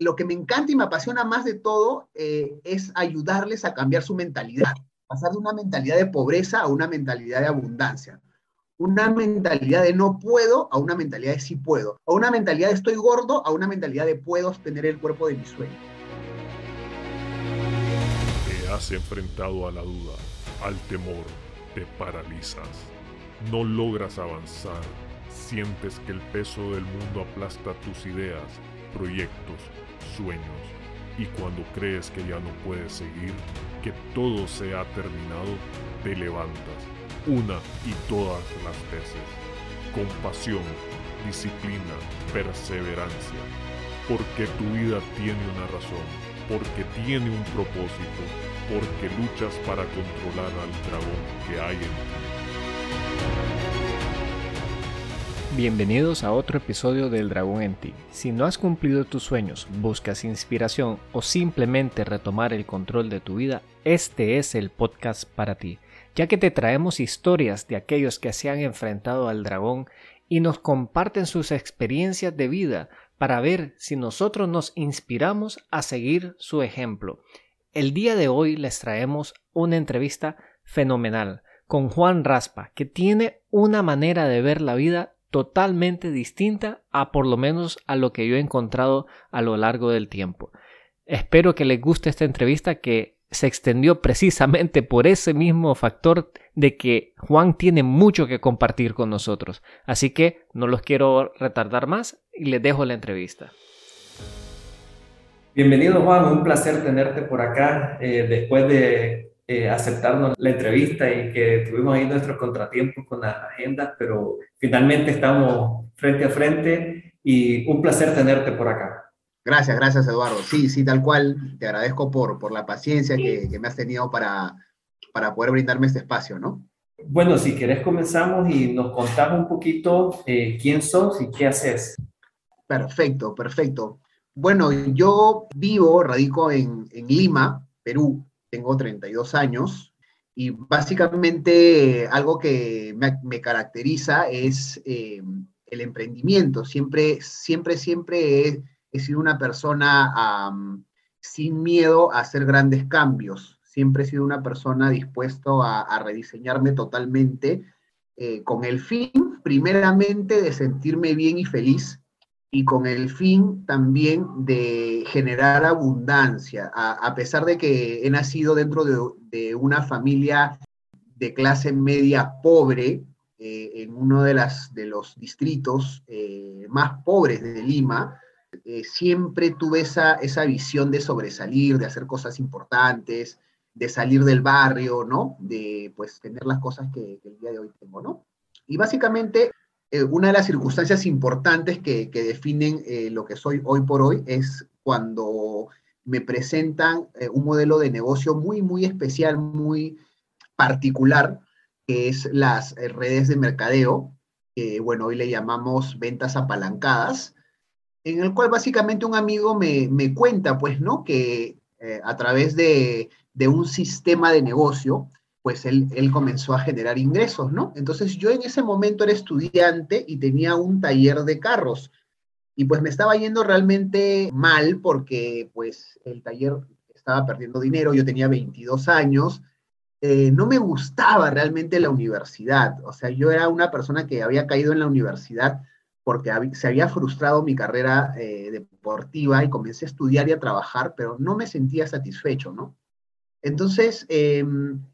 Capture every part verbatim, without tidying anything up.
lo que me encanta y me apasiona más de todo eh, es ayudarles a cambiar su mentalidad, pasar de una mentalidad de pobreza a una mentalidad de abundancia, una mentalidad de no puedo a una mentalidad de sí puedo, a una mentalidad de estoy gordo a una mentalidad de puedo tener el cuerpo de mi sueño. Te has enfrentado a la duda, al temor, te paralizas, no logras avanzar, sientes que el peso del mundo aplasta tus ideas, proyectos, sueños, y cuando crees que ya no puedes seguir, que todo se ha terminado, te levantas, una y todas las veces, con pasión, disciplina, perseverancia, porque tu vida tiene una razón, porque tiene un propósito, porque luchas para controlar al dragón que hay en ti. Bienvenidos a otro episodio del Dragón en ti. Si no has cumplido tus sueños, buscas inspiración o simplemente retomar el control de tu vida, este es el podcast para ti, ya que te traemos historias de aquellos que se han enfrentado al dragón y nos comparten sus experiencias de vida para ver si nosotros nos inspiramos a seguir su ejemplo. El día de hoy les traemos una entrevista fenomenal con Juan Raspa, que tiene una manera de ver la vida totalmente distinta a por lo menos a lo que yo he encontrado a lo largo del tiempo. Espero que les guste esta entrevista que se extendió precisamente por ese mismo factor de que Juan tiene mucho que compartir con nosotros. Así que no los quiero retardar más y les dejo la entrevista. Bienvenido, Juan, un placer tenerte por acá eh, después de eh, aceptarnos la entrevista y que tuvimos ahí nuestros contratiempos con las agendas, pero finalmente estamos frente a frente y un placer tenerte por acá. Gracias, gracias Eduardo. Sí, sí, tal cual. Te agradezco por, por la paciencia que, que me has tenido para, para poder brindarme este espacio, ¿no? Bueno, si querés comenzamos y nos contás un poquito eh, quién sos y qué haces. Perfecto, perfecto. Bueno, yo vivo, radico en, en Lima, Perú, tengo treinta y dos años y básicamente algo que me, me caracteriza es eh, el emprendimiento. Siempre, siempre, siempre he, he sido una persona um, sin miedo a hacer grandes cambios. Siempre he sido una persona dispuesto a, a rediseñarme totalmente eh, con el fin, primeramente, de sentirme bien y feliz y con el fin también de generar abundancia, a, a pesar de que he nacido dentro de, de una familia de clase media pobre, eh, en uno de, las, de los distritos eh, más pobres de Lima, eh, siempre tuve esa, esa visión de sobresalir, de hacer cosas importantes, de salir del barrio, ¿no? De pues tener las cosas que, que el día de hoy tengo, ¿no? Y básicamente eh, una de las circunstancias importantes que, que definen eh, lo que soy hoy por hoy es cuando me presentan eh, un modelo de negocio muy, muy especial, muy particular, que es las eh, redes de mercadeo, que bueno, hoy le llamamos ventas apalancadas, en el cual básicamente un amigo me, me cuenta, pues, ¿no? Que eh, a través de, de un sistema de negocio, pues él, él comenzó a generar ingresos, ¿no? Entonces yo en ese momento era estudiante y tenía un taller de carros y pues me estaba yendo realmente mal porque pues el taller estaba perdiendo dinero, yo tenía veintidós años, eh, no me gustaba realmente la universidad, o sea, yo era una persona que había caído en la universidad porque hab se había frustrado mi carrera eh, deportiva y comencé a estudiar y a trabajar, pero no me sentía satisfecho, ¿no? Entonces, eh,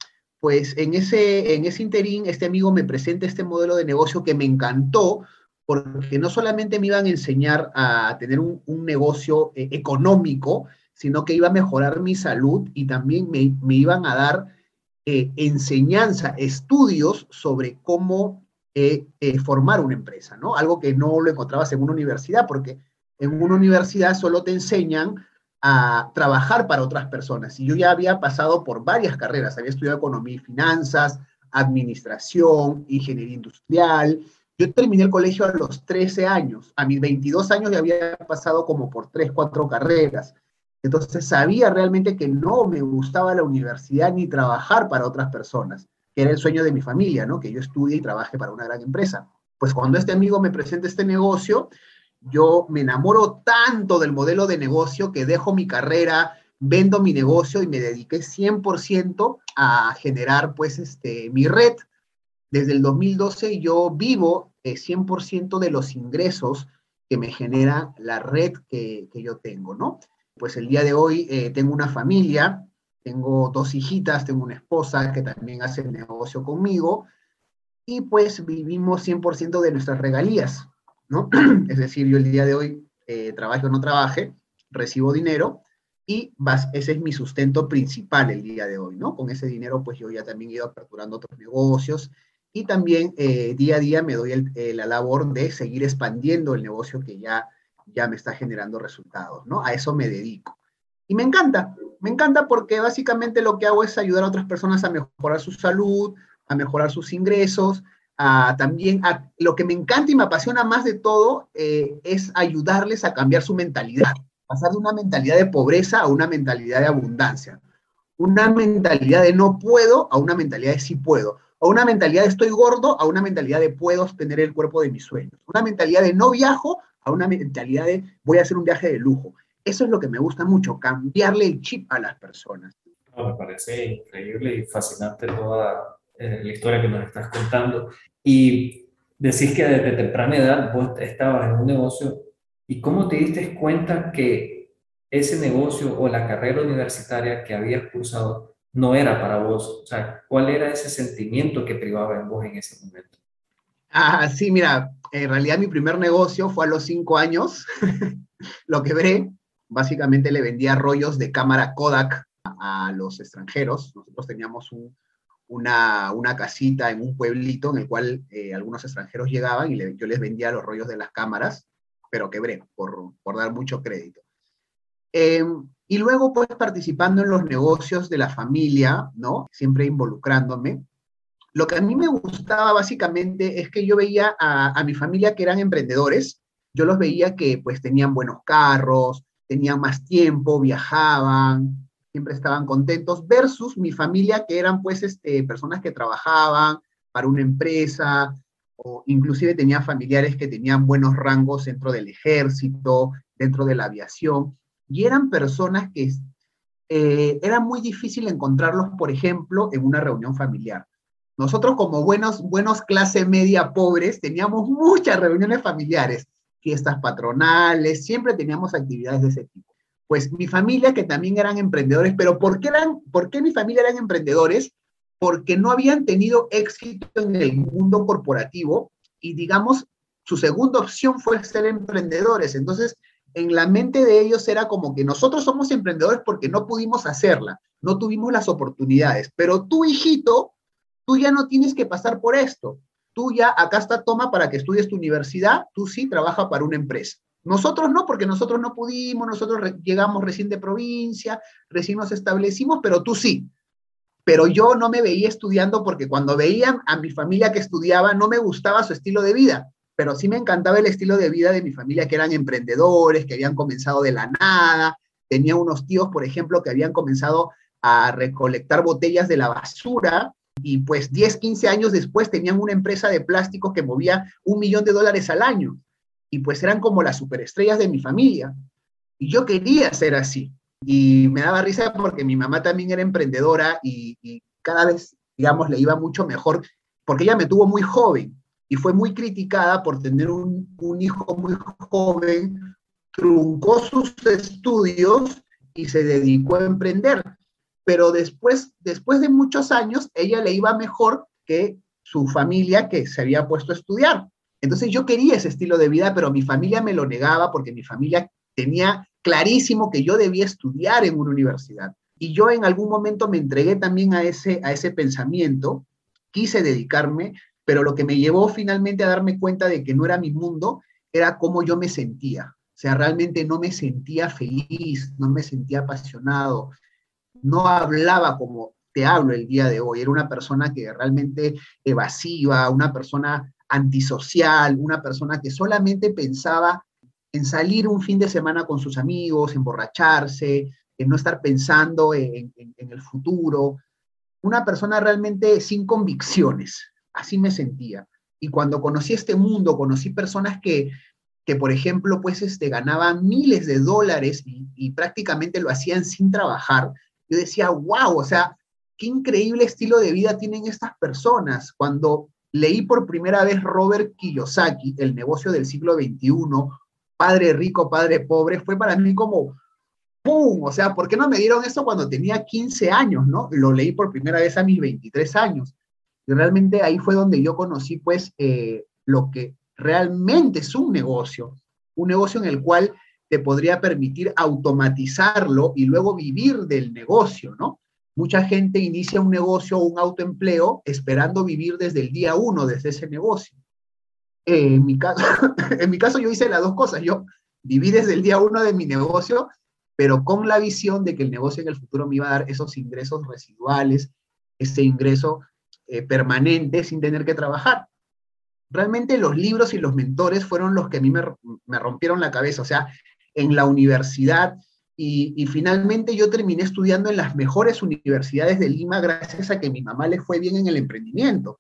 pues en ese, en ese interín, este amigo me presenta este modelo de negocio que me encantó, porque no solamente me iban a enseñar a tener un, un negocio eh, económico, sino que iba a mejorar mi salud y también me, me iban a dar eh, enseñanza, estudios sobre cómo eh, eh, formar una empresa, ¿no? Algo que no lo encontrabas en una universidad, porque en una universidad solo te enseñan a trabajar para otras personas. Y yo ya había pasado por varias carreras, había estudiado economía y finanzas, administración, ingeniería industrial. Yo terminé el colegio a los trece años, a mis veintidós años ya había pasado como por tres, cuatro carreras. Entonces sabía realmente que no me gustaba la universidad ni trabajar para otras personas, que era el sueño de mi familia, ¿no? Que yo estudie y trabaje para una gran empresa. Pues cuando este amigo me presenta este negocio, yo me enamoro tanto del modelo de negocio que dejo mi carrera, vendo mi negocio y me dediqué cien por ciento a generar pues este, mi red. Desde el dos mil doce yo vivo eh, cien por ciento de los ingresos que me genera la red que, que yo tengo, ¿no? Pues el día de hoy eh, tengo una familia, tengo dos hijitas, tengo una esposa que también hace el negocio conmigo, y pues vivimos cien por ciento de nuestras regalías, ¿no? Es decir, yo el día de hoy, eh, trabaje o no trabaje, recibo dinero, y vas, ese es mi sustento principal el día de hoy, ¿no? Con ese dinero, pues yo ya también he ido aperturando otros negocios, y también eh, día a día me doy el, eh, la labor de seguir expandiendo el negocio que ya, ya me está generando resultados, ¿no? A eso me dedico. Y me encanta, me encanta porque básicamente lo que hago es ayudar a otras personas a mejorar su salud, a mejorar sus ingresos, a, también a, lo que me encanta y me apasiona más de todo eh, es ayudarles a cambiar su mentalidad, pasar de una mentalidad de pobreza a una mentalidad de abundancia, una mentalidad de no puedo a una mentalidad de sí puedo, a una mentalidad de estoy gordo a una mentalidad de puedo tener el cuerpo de mis sueños, una mentalidad de no viajo a una mentalidad de voy a hacer un viaje de lujo. Eso es lo que me gusta mucho, cambiarle el chip a las personas. No, me parece increíble y fascinante toda eh, la historia que nos estás contando. Y decís que desde temprana edad vos estabas en un negocio. ¿Y cómo te diste cuenta que ese negocio o la carrera universitaria que habías cursado no era para vos? O sea, ¿cuál era ese sentimiento que privaba en vos en ese momento? Ah, sí, mira, en realidad mi primer negocio fue a los cinco años, lo quebré, básicamente le vendía rollos de cámara Kodak a, a los extranjeros. Nosotros teníamos un, una, una casita en un pueblito en el cual eh, algunos extranjeros llegaban y le, yo les vendía los rollos de las cámaras, pero quebré, por, por dar mucho crédito. Eh, y luego, pues, participando en los negocios de la familia, ¿no? Siempre involucrándome. Lo que a mí me gustaba básicamente es que yo veía a, a mi familia que eran emprendedores, yo los veía que pues tenían buenos carros, tenían más tiempo, viajaban, siempre estaban contentos, versus mi familia que eran pues este, personas que trabajaban para una empresa, o inclusive tenía familiares que tenían buenos rangos dentro del ejército, dentro de la aviación, y eran personas que eh, era muy difícil encontrarlos, por ejemplo, en una reunión familiar. Nosotros como buenos, buenos clase media pobres teníamos muchas reuniones familiares, fiestas patronales, siempre teníamos actividades de ese tipo. Pues mi familia, que también eran emprendedores, pero ¿por qué, eran, ¿por qué mi familia eran emprendedores? Porque no habían tenido éxito en el mundo corporativo y, digamos, su segunda opción fue ser emprendedores. Entonces, en la mente de ellos era como que nosotros somos emprendedores porque no pudimos hacerla, no tuvimos las oportunidades, pero tú, hijito, tú ya no tienes que pasar por esto. Tú ya, acá está, toma para que estudies tu universidad, tú sí trabaja para una empresa. Nosotros no, porque nosotros no pudimos, nosotros re llegamos recién de provincia, recién nos establecimos, pero tú sí. Pero yo no me veía estudiando porque cuando veían a mi familia que estudiaba, no me gustaba su estilo de vida, pero sí me encantaba el estilo de vida de mi familia, que eran emprendedores, que habían comenzado de la nada. Tenía unos tíos, por ejemplo, que habían comenzado a recolectar botellas de la basura, y pues diez, quince años después tenían una empresa de plásticos que movía un millón de dólares al año. Y pues eran como las superestrellas de mi familia. Y yo quería ser así. Y me daba risa porque mi mamá también era emprendedora y, y cada vez, digamos, le iba mucho mejor, porque ella me tuvo muy joven y fue muy criticada por tener un, un hijo muy joven, truncó sus estudios y se dedicó a emprender. Pero después, después de muchos años, ella le iba mejor que su familia que se había puesto a estudiar. Entonces yo quería ese estilo de vida, pero mi familia me lo negaba porque mi familia tenía clarísimo que yo debía estudiar en una universidad. Y yo en algún momento me entregué también a ese, a ese pensamiento, quise dedicarme, pero lo que me llevó finalmente a darme cuenta de que no era mi mundo, era cómo yo me sentía. O sea, realmente no me sentía feliz, no me sentía apasionado, no hablaba como te hablo el día de hoy. Era una persona que realmente evasiva, una persona antisocial, una persona que solamente pensaba en salir un fin de semana con sus amigos, emborracharse, en no estar pensando en, en, en el futuro. Una persona realmente sin convicciones. Así me sentía. Y cuando conocí este mundo, conocí personas que que por ejemplo, pues este, ganaban miles de dólares y, y prácticamente lo hacían sin trabajar, yo decía, wow, o sea, qué increíble estilo de vida tienen estas personas. Cuando leí por primera vez Robert Kiyosaki, El negocio del siglo veintiuno, Padre rico, padre pobre, fue para mí como, ¡pum! O sea, ¿por qué no me dieron eso cuando tenía quince años, no? Lo leí por primera vez a mis veintitrés años. Y realmente ahí fue donde yo conocí, pues, eh, lo que realmente es un negocio, un negocio en el cual te podría permitir automatizarlo y luego vivir del negocio, ¿no? Mucha gente inicia un negocio o un autoempleo esperando vivir desde el día uno, desde ese negocio. Eh, en mi caso, en mi caso yo hice las dos cosas. Yo viví desde el día uno de mi negocio, pero con la visión de que el negocio en el futuro me iba a dar esos ingresos residuales, ese ingreso eh, permanente sin tener que trabajar. Realmente los libros y los mentores fueron los que a mí me, me rompieron la cabeza. O sea, en la universidad, y, y finalmente yo terminé estudiando en las mejores universidades de Lima gracias a que mi mamá le fue bien en el emprendimiento.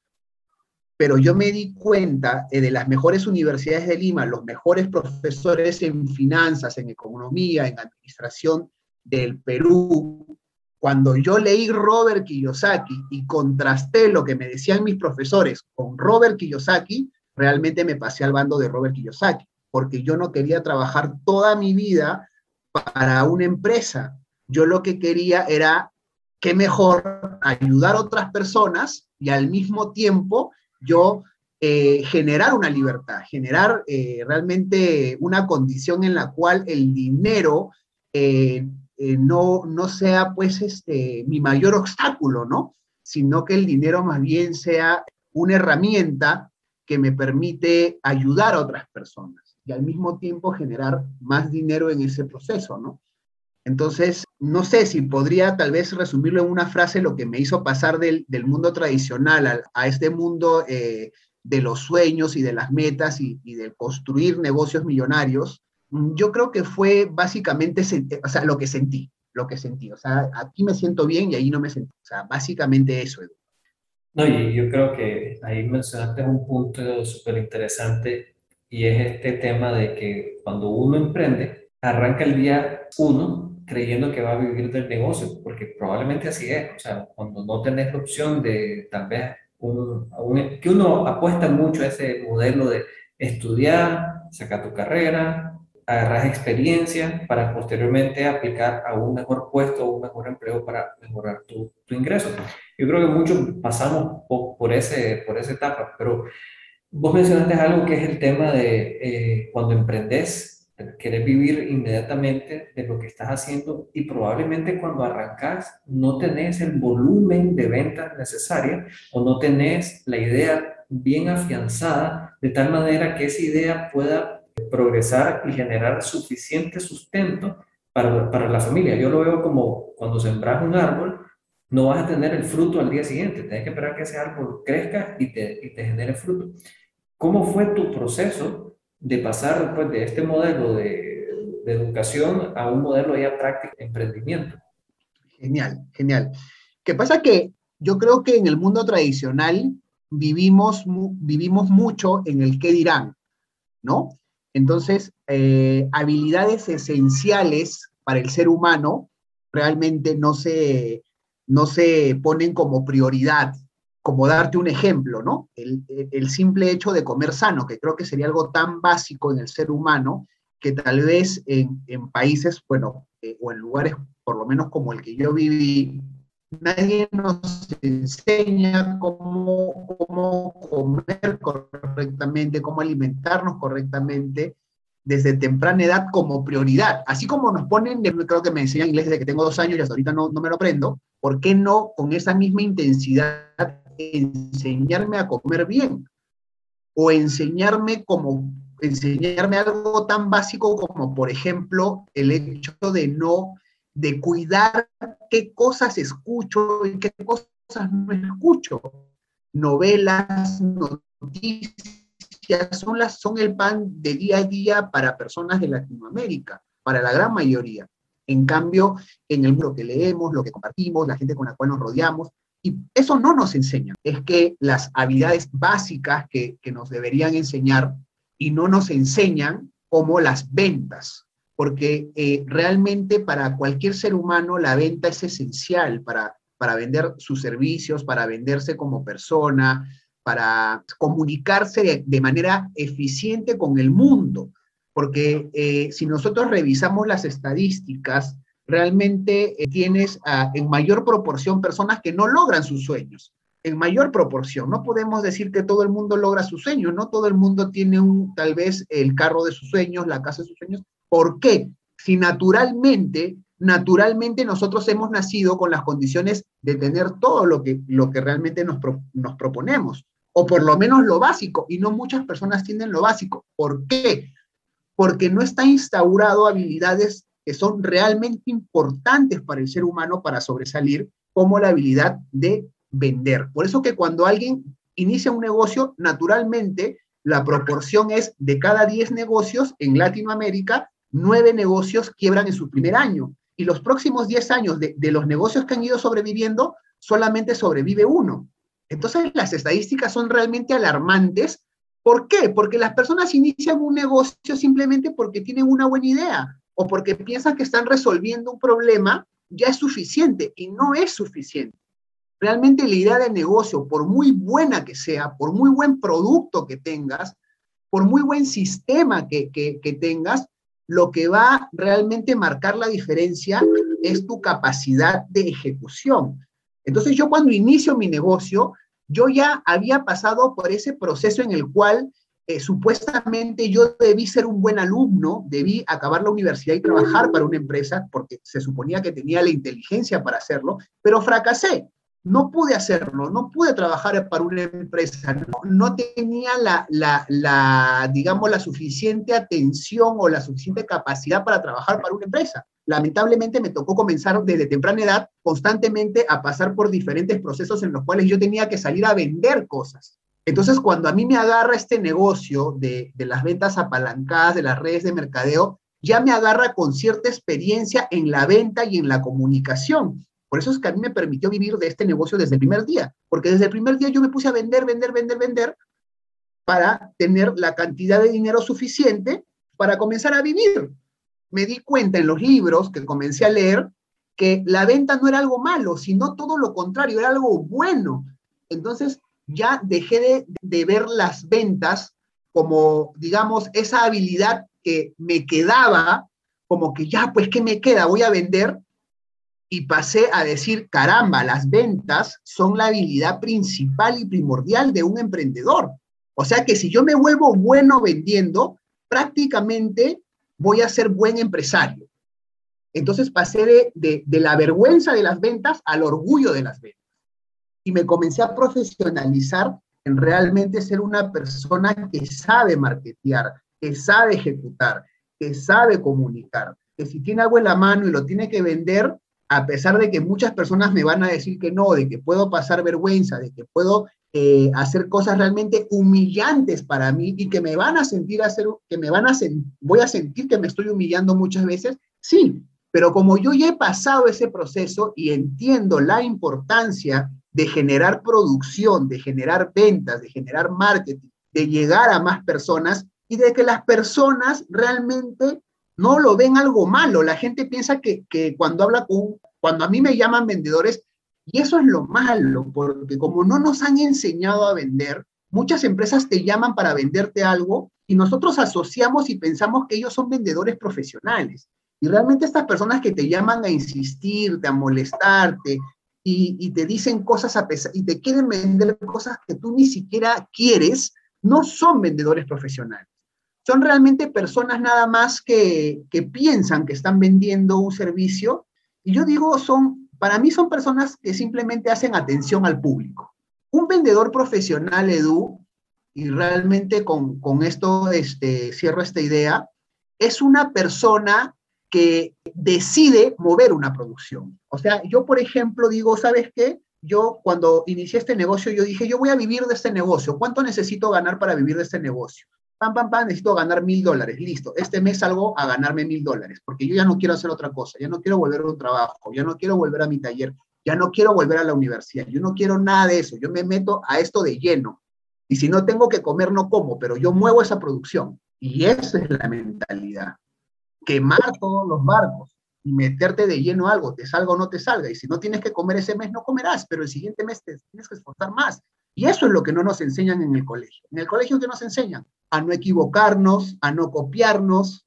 Pero yo me di cuenta eh, de las mejores universidades de Lima, los mejores profesores en finanzas, en economía, en administración del Perú. Cuando yo leí Robert Kiyosaki y contrasté lo que me decían mis profesores con Robert Kiyosaki, realmente me pasé al bando de Robert Kiyosaki, porque yo no quería trabajar toda mi vida para una empresa. Yo lo que quería era, qué mejor, ayudar a otras personas y al mismo tiempo yo eh, generar una libertad, generar eh, realmente una condición en la cual el dinero eh, eh, no, no sea pues este, mi mayor obstáculo, ¿no? Sino que el dinero más bien sea una herramienta que me permite ayudar a otras personas y al mismo tiempo generar más dinero en ese proceso, ¿no? Entonces, no sé si podría tal vez resumirlo en una frase lo que me hizo pasar del, del mundo tradicional a, a este mundo eh, de los sueños y de las metas y, y de construir negocios millonarios. Yo creo que fue básicamente, o sea, lo que sentí, lo que sentí. O sea, aquí me siento bien y ahí no me sentí. O sea, básicamente eso, Edu. No, y yo creo que ahí mencionaste un punto súper interesante y es este tema de que cuando uno emprende, arranca el día uno creyendo que va a vivir del negocio, porque probablemente así es. O sea, cuando no tenés la opción de tal vez un, un- que uno apuesta mucho a ese modelo de estudiar, sacar tu carrera, agarrar experiencia para posteriormente aplicar a un mejor puesto o un mejor empleo para mejorar tu, tu ingreso. Yo creo que muchos pasamos po- por, ese, por esa etapa, pero vos mencionaste algo que es el tema de eh, cuando emprendes, querer vivir inmediatamente de lo que estás haciendo y probablemente cuando arrancas no tenés el volumen de ventas necesaria o no tenés la idea bien afianzada de tal manera que esa idea pueda progresar y generar suficiente sustento para, para la familia. Yo lo veo como cuando sembras un árbol, no vas a tener el fruto al día siguiente, tienes que esperar que ese árbol crezca y te, y te genere fruto. ¿Cómo fue tu proceso de pasar pues, de este modelo de, de educación a un modelo ya práctico de emprendimiento? Genial, genial. ¿Qué pasa? Que yo creo que en el mundo tradicional vivimos, vivimos mucho en el qué dirán, ¿no? Entonces, eh, habilidades esenciales para el ser humano realmente no se, no se ponen como prioridad, como darte un ejemplo, ¿no? El, el simple hecho de comer sano, que creo que sería algo tan básico en el ser humano, que tal vez en, en países, bueno, eh, o en lugares por lo menos como el que yo viví, nadie nos enseña cómo, cómo comer correctamente, cómo alimentarnos correctamente desde temprana edad como prioridad. Así como nos ponen, creo que me enseñan inglés desde que tengo dos años y hasta ahorita no, no me lo aprendo, ¿por qué no con esa misma intensidad enseñarme a comer bien? O enseñarme como, enseñarme algo tan básico como, por ejemplo, el hecho de no, de cuidar qué cosas escucho y qué cosas no escucho. Novelas, noticias, son, las, son el pan de día a día para personas de Latinoamérica, para la gran mayoría. En cambio, en el mundo que leemos, lo que compartimos, la gente con la cual nos rodeamos, y eso no nos enseña. Es que las habilidades básicas que, que nos deberían enseñar y no nos enseñan, como las ventas, porque eh, realmente para cualquier ser humano la venta es esencial para, para vender sus servicios, para venderse como persona, para comunicarse de, de manera eficiente con el mundo, porque eh, si nosotros revisamos las estadísticas, realmente eh, tienes uh, en mayor proporción personas que no logran sus sueños, en mayor proporción. No podemos decir que todo el mundo logra sus sueños, no todo el mundo tiene un, tal vez el carro de sus sueños, la casa de sus sueños. ¿Por qué? Si naturalmente, naturalmente nosotros hemos nacido con las condiciones de tener todo lo que, lo que realmente nos, pro, nos proponemos, o por lo menos lo básico, y no muchas personas tienen lo básico. ¿Por qué? Porque no está instaurado habilidades que son realmente importantes para el ser humano para sobresalir, como la habilidad de vender. Por eso que cuando alguien inicia un negocio, naturalmente la proporción es de cada diez negocios en Latinoamérica, nueve negocios quiebran en su primer año. Y los próximos diez años de, de los negocios que han ido sobreviviendo, solamente sobrevive uno. Entonces las estadísticas son realmente alarmantes. ¿Por qué? Porque las personas inician un negocio simplemente porque tienen una buena idea o porque piensan que están resolviendo un problema, ya es suficiente, y no es suficiente. Realmente la idea de negocio, por muy buena que sea, por muy buen producto que tengas, por muy buen sistema que, que, que tengas, lo que va a realmente marcar la diferencia es tu capacidad de ejecución. Entonces yo cuando inicio mi negocio, yo ya había pasado por ese proceso en el cual eh, supuestamente yo debí ser un buen alumno, debí acabar la universidad y trabajar para una empresa, porque se suponía que tenía la inteligencia para hacerlo, pero fracasé. No pude hacerlo, no pude trabajar para una empresa, no, no tenía la, la, la, digamos, la suficiente atención o la suficiente capacidad para trabajar para una empresa. Lamentablemente me tocó comenzar desde temprana edad constantemente a pasar por diferentes procesos en los cuales yo tenía que salir a vender cosas. Entonces, cuando a mí me agarra este negocio de, de las ventas apalancadas, de las redes de mercadeo, ya me agarra con cierta experiencia en la venta y en la comunicación. Por eso es que a mí me permitió vivir de este negocio desde el primer día, porque desde el primer día yo me puse a vender, vender, vender, vender, para tener la cantidad de dinero suficiente para comenzar a vivir. Me di cuenta en los libros que comencé a leer que la venta no era algo malo, sino todo lo contrario, era algo bueno. Entonces ya dejé de, de ver las ventas como, digamos, esa habilidad que me quedaba, como que ya, pues, ¿qué me queda? Voy a vender. Y pasé a decir, caramba, las ventas son la habilidad principal y primordial de un emprendedor. O sea que si yo me vuelvo bueno vendiendo, prácticamente voy a ser buen empresario. Entonces pasé de, de, de la vergüenza de las ventas al orgullo de las ventas. Y me comencé a profesionalizar en realmente ser una persona que sabe marketear, que sabe ejecutar, que sabe comunicar, que si tiene algo en la mano y lo tiene que vender, a pesar de que muchas personas me van a decir que no, de que puedo pasar vergüenza, de que puedo eh, hacer cosas realmente humillantes para mí y que me van a sentir hacer, que me van a voy a sentir que me estoy humillando muchas veces, sí, pero como yo ya he pasado ese proceso y entiendo la importancia de generar producción, de generar ventas, de generar marketing, de llegar a más personas y de que las personas realmente no lo ven algo malo. La gente piensa que, que cuando habla con, cuando a mí me llaman vendedores, y eso es lo malo, porque como no nos han enseñado a vender, muchas empresas te llaman para venderte algo y nosotros asociamos y pensamos que ellos son vendedores profesionales. Y realmente estas personas que te llaman a insistirte, a molestarte y, y te dicen cosas a pesar, y te quieren vender cosas que tú ni siquiera quieres, no son vendedores profesionales. Son realmente personas nada más que, que piensan que están vendiendo un servicio. Y yo digo, son, para mí son personas que simplemente hacen atención al público. Un vendedor profesional, Edu, y realmente con, con esto este, cierro esta idea, es una persona que decide mover una producción. O sea, yo, por ejemplo, digo, ¿sabes qué? Yo, cuando inicié este negocio, yo dije, yo voy a vivir de este negocio. ¿Cuánto necesito ganar para vivir de este negocio? Pam, pam, pam, necesito ganar mil dólares, listo. Este mes salgo a ganarme mil dólares, porque yo ya no quiero hacer otra cosa, ya no quiero volver a un trabajo, ya no quiero volver a mi taller, ya no quiero volver a la universidad, yo no quiero nada de eso, yo me meto a esto de lleno. Y si no tengo que comer, no como, pero yo muevo esa producción. Y esa es la mentalidad. Quemar todos los barcos y meterte de lleno a algo, te salga o no te salga. Y si no tienes que comer ese mes, no comerás, pero el siguiente mes te tienes que esforzar más. Y eso es lo que no nos enseñan en el colegio. En el colegio, ¿qué nos enseñan? A no equivocarnos, a no copiarnos,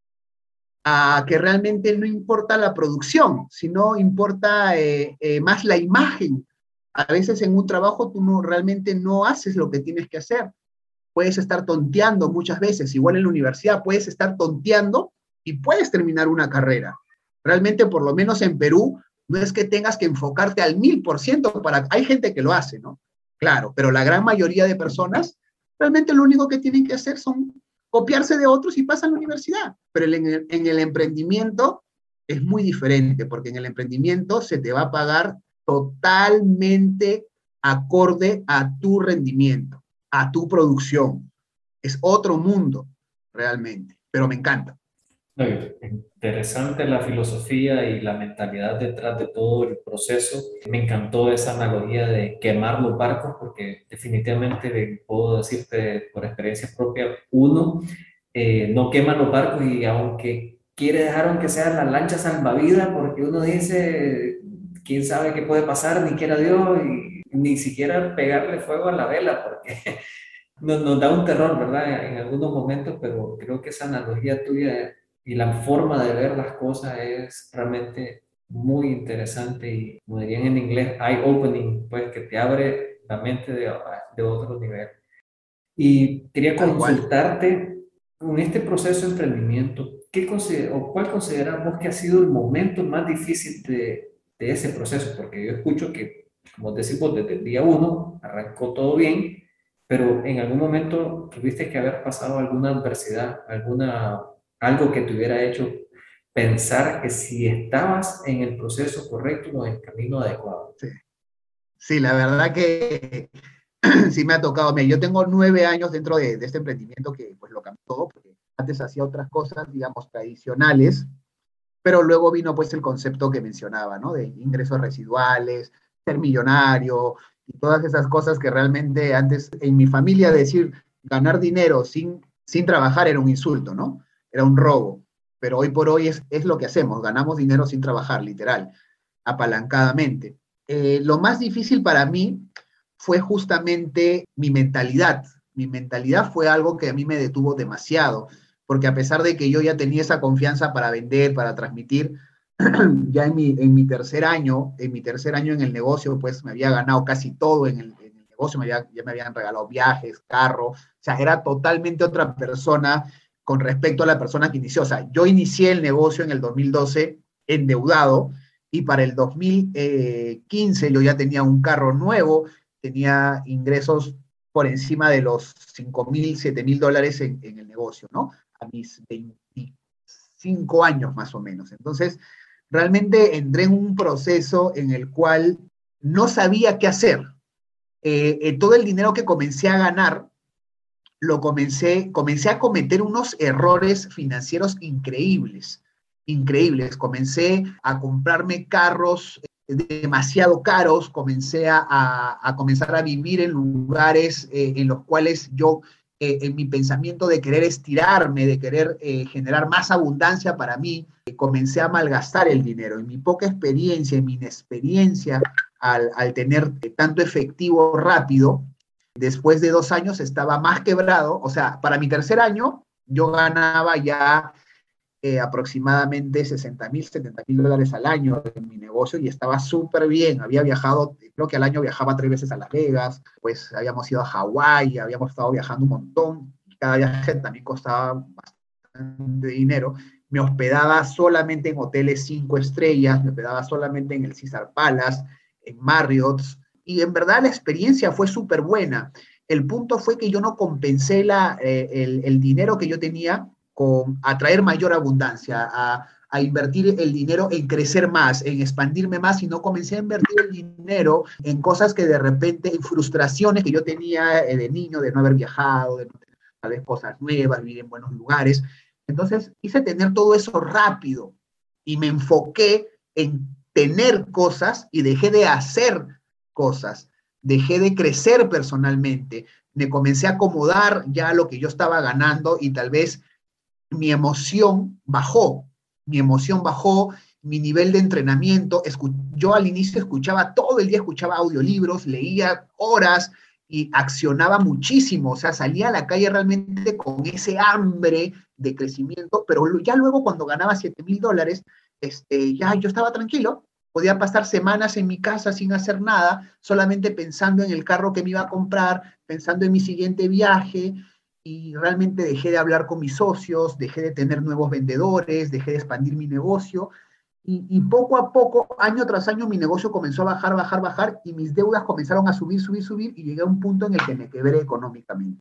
a que realmente no importa la producción, sino importa eh, eh, más la imagen. A veces en un trabajo tú no, realmente no haces lo que tienes que hacer. Puedes estar tonteando muchas veces. Igual en la universidad puedes estar tonteando y puedes terminar una carrera. Realmente, por lo menos en Perú, no es que tengas que enfocarte al mil por ciento para... Hay gente que lo hace, ¿no? Claro, pero la gran mayoría de personas realmente lo único que tienen que hacer son copiarse de otros y pasan a la universidad. Pero en el, en el emprendimiento es muy diferente, porque en el emprendimiento se te va a pagar totalmente acorde a tu rendimiento, a tu producción. Es otro mundo, realmente, pero me encanta. No, interesante la filosofía y la mentalidad detrás de todo el proceso. Me encantó esa analogía de quemar los barcos, porque definitivamente puedo decirte por experiencia propia, uno eh, no quema los barcos y aunque quiere dejar aunque sea la lancha salvavidas, porque uno dice, quién sabe qué puede pasar, ni quiera Dios, y ni siquiera pegarle fuego a la vela, porque nos, nos da un terror, ¿verdad? En algunos momentos, pero creo que esa analogía tuya y la forma de ver las cosas es realmente muy interesante y, como dirían en inglés, eye-opening, pues que te abre la mente de, de otro nivel. Y quería Tal cual. consultarte, con este proceso de emprendimiento, ¿qué consider- o ¿cuál consideras vos que ha sido el momento más difícil de, de ese proceso? Porque yo escucho que, como decimos, desde el día uno arrancó todo bien, pero en algún momento tuviste que haber pasado alguna adversidad, alguna, algo que te hubiera hecho pensar que si estabas en el proceso correcto o en el camino adecuado. Sí, sí, la verdad que sí me ha tocado. Mira, yo tengo nueve años dentro de, de este emprendimiento que pues lo cambió todo, porque antes hacía otras cosas, digamos, tradicionales, pero luego vino pues el concepto que mencionaba, ¿no? De ingresos residuales, ser millonario y todas esas cosas que realmente antes en mi familia decir ganar dinero sin, sin trabajar era un insulto, ¿no? Era un robo. Pero hoy por hoy es, es lo que hacemos, ganamos dinero sin trabajar, literal, apalancadamente. Eh, lo más difícil para mí fue justamente mi mentalidad. Mi mentalidad fue algo que a mí me detuvo demasiado, porque a pesar de que yo ya tenía esa confianza para vender, para transmitir, ya en mi, en mi tercer año, en mi tercer año en el negocio, pues me había ganado casi todo en el, en el negocio, me había, ya me habían regalado viajes, carro, o sea, era totalmente otra persona con respecto a la persona que inició. O sea, yo inicié el negocio en el dos mil doce endeudado y para el dos mil quince yo ya tenía un carro nuevo, tenía ingresos por encima de los cinco mil, siete mil dólares en, en el negocio, ¿no? A mis veinticinco años más o menos. Entonces, realmente entré en un proceso en el cual no sabía qué hacer. Eh, eh, todo el dinero que comencé a ganar, lo comencé, comencé a cometer unos errores financieros increíbles, increíbles. Comencé a comprarme carros demasiado caros, comencé a, a, a comenzar a vivir en lugares eh, en los cuales yo, eh, en mi pensamiento de querer estirarme, de querer eh, generar más abundancia para mí, eh, comencé a malgastar el dinero. En mi poca experiencia, en mi inexperiencia, al, al tener tanto efectivo rápido, después de dos años estaba más quebrado. O sea, para mi tercer año yo ganaba ya eh, aproximadamente sesenta mil, setenta mil dólares al año en mi negocio y estaba súper bien. Había viajado, creo que al año viajaba tres veces a Las Vegas, pues habíamos ido a Hawái, habíamos estado viajando un montón. Cada viaje también costaba bastante dinero. Me hospedaba solamente en hoteles cinco estrellas, me hospedaba solamente en el Caesar Palace, en Marriott's, y en verdad la experiencia fue súper buena. El punto fue que yo no compensé la, eh, el, el dinero que yo tenía con atraer mayor abundancia, a, a invertir el dinero en crecer más, en expandirme más, y no comencé a invertir el dinero en cosas que de repente, en frustraciones que yo tenía eh, de niño, de no haber viajado, de no tener tal vez cosas nuevas, vivir en buenos lugares. Entonces quise tener todo eso rápido y me enfoqué en tener cosas y dejé de hacer cosas, dejé de crecer personalmente, me comencé a acomodar ya a lo que yo estaba ganando y tal vez mi emoción bajó, mi emoción bajó, mi nivel de entrenamiento, yo al inicio escuchaba todo el día, escuchaba audiolibros, leía horas y accionaba muchísimo, o sea, salía a la calle realmente con ese hambre de crecimiento, pero ya luego cuando ganaba siete mil dólares, este, ya yo estaba tranquilo, podía pasar semanas en mi casa sin hacer nada, solamente pensando en el carro que me iba a comprar, pensando en mi siguiente viaje, y realmente dejé de hablar con mis socios, dejé de tener nuevos vendedores, dejé de expandir mi negocio, y, y poco a poco, año tras año, mi negocio comenzó a bajar, bajar, bajar, y mis deudas comenzaron a subir, subir, subir, y llegué a un punto en el que me quebré económicamente.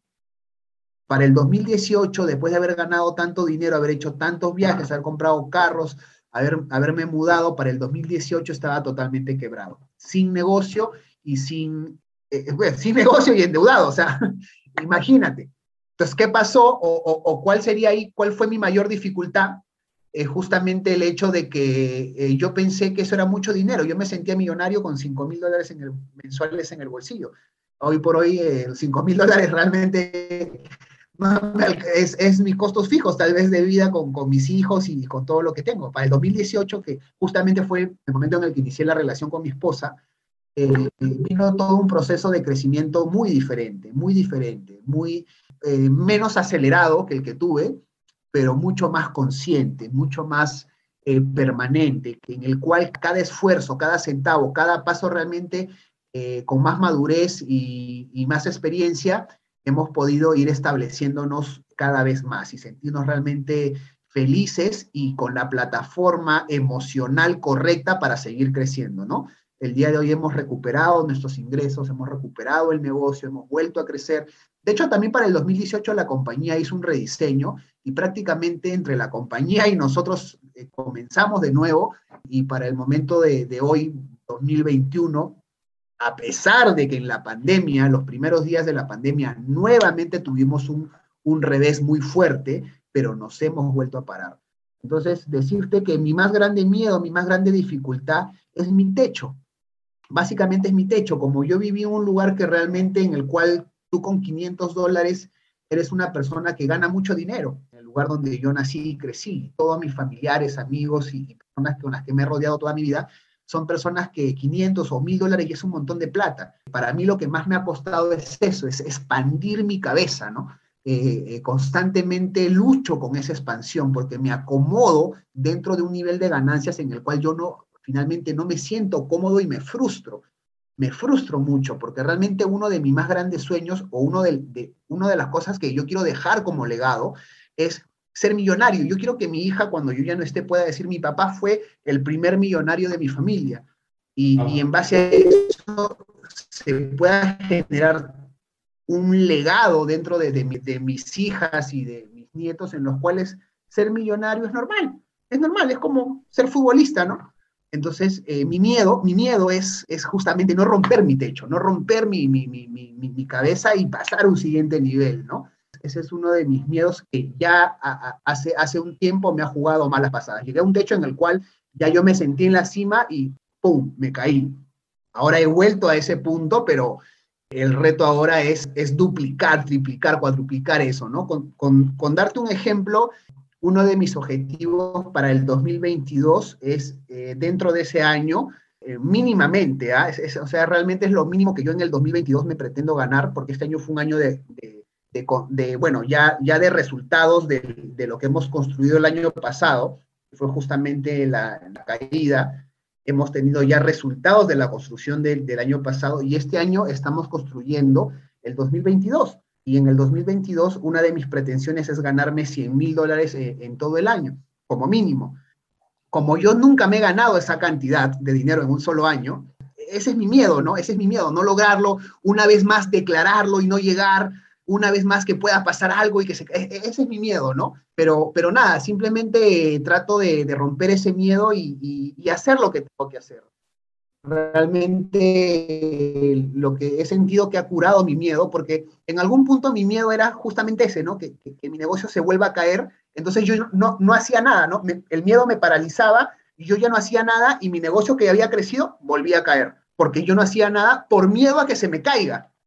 Para el dos mil dieciocho, después de haber ganado tanto dinero, haber hecho tantos viajes, haber comprado carros, haber, haberme mudado, para el dos mil dieciocho estaba totalmente quebrado, sin negocio y sin, eh, bueno, sin negocio y endeudado, o sea, imagínate. Entonces, ¿qué pasó? O, o, o cuál sería ahí, cuál fue mi mayor dificultad? Eh, justamente el hecho de que eh, yo pensé que eso era mucho dinero. Yo me sentía millonario con cinco mil dólares en el, mensuales en el bolsillo. Hoy por hoy, eh, cinco mil dólares realmente no, es, es mis costos fijos, tal vez de vida con, con mis hijos y con todo lo que tengo. Para el dos mil dieciocho, que justamente fue el momento en el que inicié la relación con mi esposa, eh, vino todo un proceso de crecimiento muy diferente, muy diferente, muy eh, menos acelerado que el que tuve, pero mucho más consciente, mucho más eh, permanente, en el cual cada esfuerzo, cada centavo, cada paso realmente eh, con más madurez y, y más experiencia, hemos podido ir estableciéndonos cada vez más y sentirnos realmente felices y con la plataforma emocional correcta para seguir creciendo, ¿no? El día de hoy hemos recuperado nuestros ingresos, hemos recuperado el negocio, hemos vuelto a crecer. De hecho, también para el dos mil dieciocho la compañía hizo un rediseño y prácticamente entre la compañía y nosotros eh, comenzamos de nuevo, y para el momento de, de hoy, dos mil veintiuno, a pesar de que en la pandemia, los primeros días de la pandemia, nuevamente tuvimos un, un revés muy fuerte, pero nos hemos vuelto a parar. Entonces, decirte que mi más grande miedo, mi más grande dificultad es mi techo. Básicamente es mi techo. Como yo viví en un lugar que realmente en el cual tú con quinientos dólares eres una persona que gana mucho dinero, en el lugar donde yo nací y crecí, todos mis familiares, amigos y personas con las que me he rodeado toda mi vida, son personas que quinientos o mil dólares ya es un montón de plata. Para mí lo que más me ha costado es eso, es expandir mi cabeza, ¿no? Eh, eh, constantemente lucho con esa expansión porque me acomodo dentro de un nivel de ganancias en el cual yo no, finalmente no me siento cómodo y me frustro. Me frustro mucho porque realmente uno de mis más grandes sueños o uno de, de, una de las cosas que yo quiero dejar como legado es ser millonario. Yo quiero que mi hija, cuando yo ya no esté, pueda decir: mi papá fue el primer millonario de mi familia. Y, y en base a eso se pueda generar un legado dentro de, de, de mis hijas y de mis nietos, en los cuales ser millonario es normal. Es normal, es como ser futbolista, ¿no? Entonces, eh, mi miedo, mi miedo es, es justamente no romper mi techo, no romper mi, mi, mi, mi, mi cabeza y pasar a un siguiente nivel, ¿no? Ese es uno de mis miedos que ya a, a, hace, hace un tiempo me ha jugado malas pasadas. Llegué a un techo en el cual ya yo me sentí en la cima y ¡pum!, me caí. Ahora he vuelto a ese punto, pero el reto ahora es, es duplicar, triplicar, cuadruplicar eso, ¿no? Con, con, con darte un ejemplo, uno de mis objetivos para el dos mil veintidós es, eh, dentro de ese año, eh, mínimamente, ¿eh? es, es, o sea, realmente es lo mínimo que yo en el dos mil veintidós me pretendo ganar, porque este año fue un año de, de, de, de bueno, ya, ya de resultados de, de lo que hemos construido el año pasado, que fue justamente la, la caída. Hemos tenido ya resultados de la construcción de, del año pasado, y este año estamos construyendo el dos mil veintidós. Y en el dos mil veintidós, una de mis pretensiones es ganarme cien mil dólares en, en todo el año, como mínimo. Como yo nunca me he ganado esa cantidad de dinero en un solo año, ese es mi miedo, ¿no? Ese es mi miedo, no lograrlo, una vez más declararlo y no llegar, una vez más que pueda pasar algo y que se... Ese es mi miedo, ¿no? Pero, pero nada, simplemente trato de, de romper ese miedo y, y, y hacer lo que tengo que hacer. Realmente lo que he sentido que ha curado mi miedo, porque en algún punto mi miedo era justamente ese, ¿no? Que, que, que mi negocio se vuelva a caer, entonces yo no, no hacía nada, ¿no? Me, el miedo me paralizaba y yo ya no hacía nada y mi negocio que había crecido volvía a caer, porque yo no hacía nada por miedo a que se me caiga.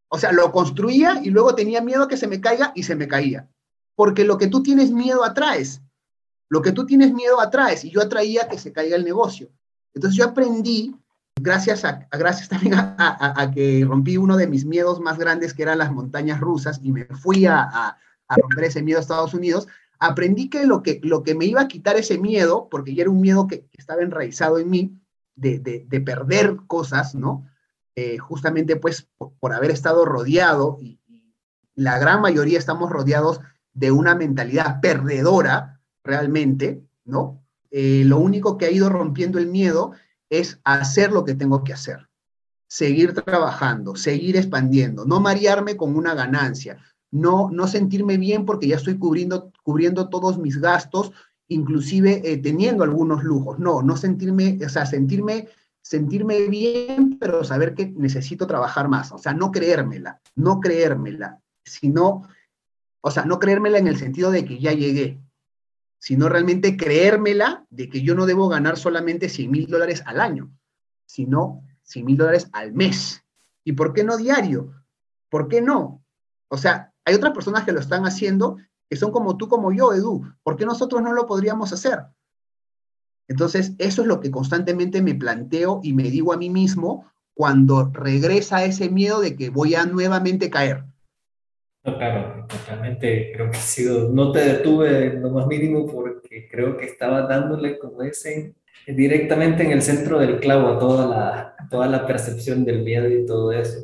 O sea, lo construía y luego tenía miedo a que se me caiga y se me caía. Porque lo que tú tienes miedo atraes. Lo que tú tienes miedo atraes. Y yo atraía que se caiga el negocio. Entonces yo aprendí, gracias, a, a gracias también a, a, a que rompí uno de mis miedos más grandes, que eran las montañas rusas, y me fui a, a, a romper ese miedo a Estados Unidos, aprendí que lo, que lo que me iba a quitar ese miedo, porque ya era un miedo que, que estaba enraizado en mí, de, de, de perder cosas, ¿no? Eh, justamente pues por, por haber estado rodeado, y, y la gran mayoría estamos rodeados de una mentalidad perdedora, realmente, ¿no? Eh, lo único que ha ido rompiendo el miedo es hacer lo que tengo que hacer, seguir trabajando, seguir expandiendo, no marearme con una ganancia, no, no sentirme bien porque ya estoy cubriendo, cubriendo todos mis gastos, inclusive eh, teniendo algunos lujos, no, no sentirme, o sea, sentirme, sentirme bien, pero saber que necesito trabajar más, o sea, no creérmela, no creérmela, sino, o sea, no creérmela en el sentido de que ya llegué, sino realmente creérmela de que yo no debo ganar solamente cien mil dólares al año, sino cien mil dólares al mes. ¿Y por qué no diario? ¿Por qué no? O sea, hay otras personas que lo están haciendo que son como tú, como yo, Edu. ¿Por qué nosotros no lo podríamos hacer? Entonces, eso es lo que constantemente me planteo y me digo a mí mismo cuando regresa ese miedo de que voy a nuevamente caer. No, claro, totalmente. Creo que ha sido, no te detuve en lo más mínimo porque creo que estabas dándole, como dicen, directamente en el centro del clavo a toda la, toda la percepción del miedo y todo eso.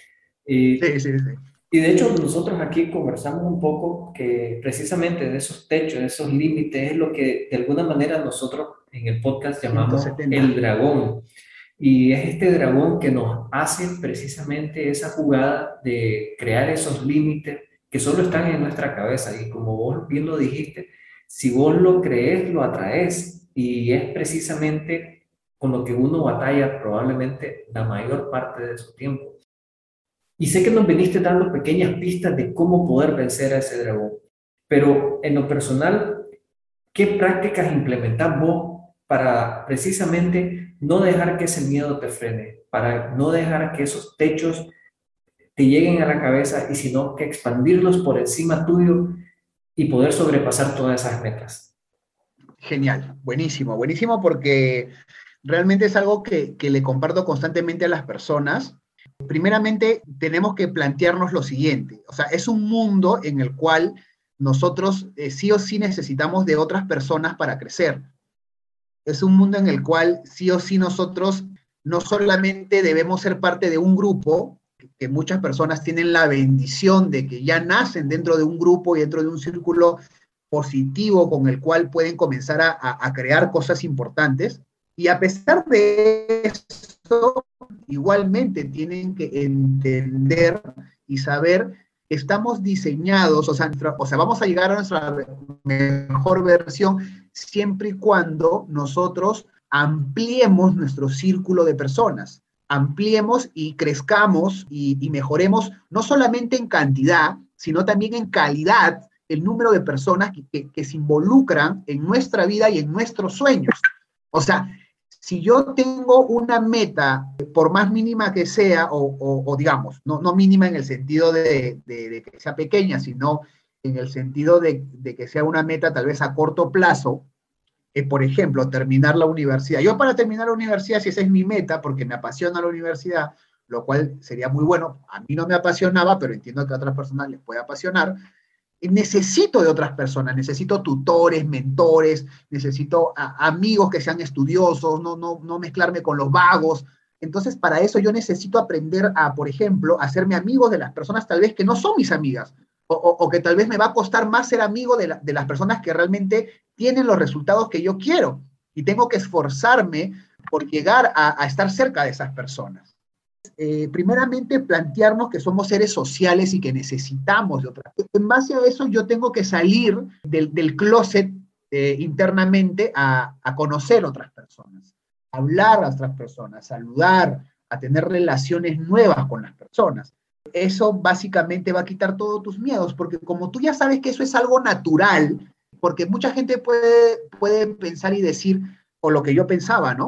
Y, Sí, sí, sí. y de hecho nosotros aquí conversamos un poco que precisamente de esos techos, de esos límites, es lo que de alguna manera nosotros en el podcast llamamos el ciento setenta. dragón. Y es este dragón que nos hace precisamente esa jugada de crear esos límites que solo están en nuestra cabeza. Y como vos bien lo dijiste, si vos lo crees, lo atraes. Y es precisamente con lo que uno batalla probablemente la mayor parte de su tiempo. Y sé que nos viniste dando pequeñas pistas de cómo poder vencer a ese dragón. Pero en lo personal, ¿qué prácticas implementás vos para precisamente no dejar que ese miedo te frene, para no dejar que esos techos te lleguen a la cabeza y sino que expandirlos por encima tuyo y poder sobrepasar todas esas metas? Genial, buenísimo, buenísimo porque realmente es algo que, que le comparto constantemente a las personas. Primeramente, tenemos que plantearnos lo siguiente, o sea, es un mundo en el cual nosotros eh, sí o sí necesitamos de otras personas para crecer. Es un mundo en el cual sí o sí nosotros no solamente debemos ser parte de un grupo, que muchas personas tienen la bendición de que ya nacen dentro de un grupo y dentro de un círculo positivo con el cual pueden comenzar a, a, a crear cosas importantes, y a pesar de eso, igualmente tienen que entender y saber que estamos diseñados, o sea, o sea, vamos a llegar a nuestra mejor versión siempre y cuando nosotros ampliemos nuestro círculo de personas, ampliemos y crezcamos y, y mejoremos no solamente en cantidad, sino también en calidad, el número de personas que, que, que se involucran en nuestra vida y en nuestros sueños. O sea, si yo tengo una meta, por más mínima que sea, o, o, o digamos, no, no mínima en el sentido de, de, de que sea pequeña, sino en el sentido de, de que sea una meta tal vez a corto plazo, eh, por ejemplo, terminar la universidad. Yo para terminar la universidad, si esa es mi meta, porque me apasiona la universidad, lo cual sería muy bueno, a mí no me apasionaba, pero entiendo que a otras personas les puede apasionar, necesito de otras personas, necesito tutores, mentores, necesito a, amigos que sean estudiosos, no, no, no mezclarme con los vagos. Entonces, para eso yo necesito aprender a, por ejemplo, hacerme amigo de las personas tal vez que no son mis amigas, o, o, o que tal vez me va a costar más ser amigo de, la, de las personas que realmente tienen los resultados que yo quiero. Y tengo que esforzarme por llegar a, a estar cerca de esas personas. Eh, primeramente plantearnos que somos seres sociales y que necesitamos de otras. En base a eso yo tengo que salir del, del closet eh, internamente a, a conocer otras personas, a hablar a otras personas, saludar, a tener relaciones nuevas con las personas. Eso básicamente va a quitar todos tus miedos, porque como tú ya sabes que eso es algo natural, porque mucha gente puede, puede pensar y decir, o lo que yo pensaba, ¿no?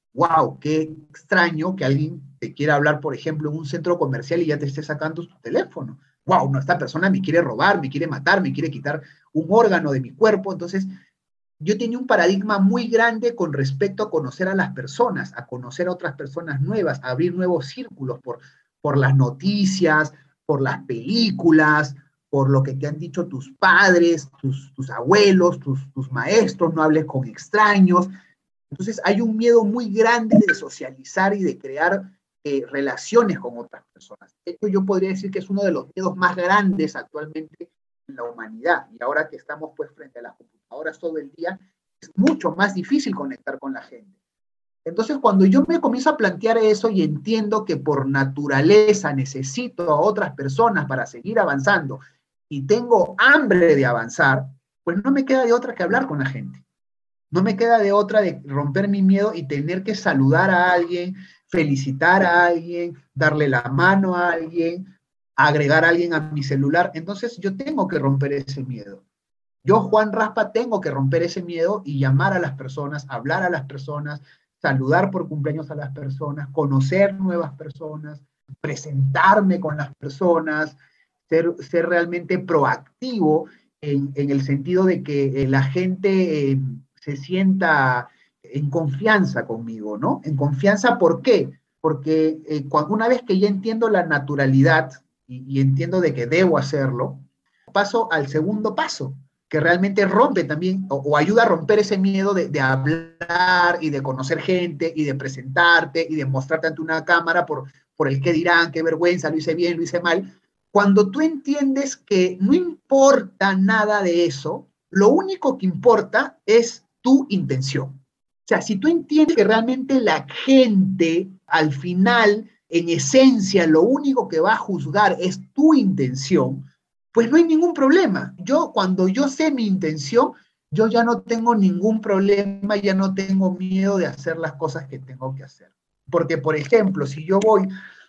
wow, qué extraño que alguien te quiera hablar, por ejemplo, en un centro comercial y ya te esté sacando tu teléfono. Wow, no, esta persona me quiere robar, me quiere matar, me quiere quitar un órgano de mi cuerpo. Entonces, yo tenía un paradigma muy grande con respecto a conocer a las personas, a conocer a otras personas nuevas, a abrir nuevos círculos por, por las noticias, por las películas, por lo que te han dicho tus padres, tus, tus abuelos, tus, tus maestros, no hables con extraños. Entonces hay un miedo muy grande de socializar y de crear eh, relaciones con otras personas. Esto yo podría decir que es uno de los miedos más grandes actualmente en la humanidad. Y ahora que estamos pues frente a las computadoras todo el día, es mucho más difícil conectar con la gente. Entonces, cuando yo me comienzo a plantear eso y entiendo que por naturaleza necesito a otras personas para seguir avanzando y tengo hambre de avanzar, pues no me queda de otra que hablar con la gente. No me queda de otra de romper mi miedo y tener que saludar a alguien, felicitar a alguien, darle la mano a alguien, agregar a alguien a mi celular. Entonces yo tengo que romper ese miedo. Yo, Juan Raspa, tengo que romper ese miedo y llamar a las personas, hablar a las personas, saludar por cumpleaños a las personas, conocer nuevas personas, presentarme con las personas, ser, ser realmente proactivo en, en el sentido de que eh, la gente eh, se sienta en confianza conmigo, ¿no? En confianza, ¿por qué? Porque eh, cuando, una vez que ya entiendo la naturalidad y, y entiendo de que debo hacerlo, paso al segundo paso, que realmente rompe también, o, o ayuda a romper ese miedo de, de hablar y de conocer gente y de presentarte y de mostrarte ante una cámara por, por el qué dirán, qué vergüenza, lo hice bien, lo hice mal. Cuando tú entiendes que no importa nada de eso, lo único que importa es tu intención. O sea, si tú entiendes que realmente la gente, al final, en esencia, lo único que va a juzgar es tu intención, pues no hay ningún problema. Yo, cuando yo sé mi intención, yo ya no tengo ningún problema, ya no tengo miedo de hacer las cosas que tengo que hacer. Porque, por ejemplo, si yo voy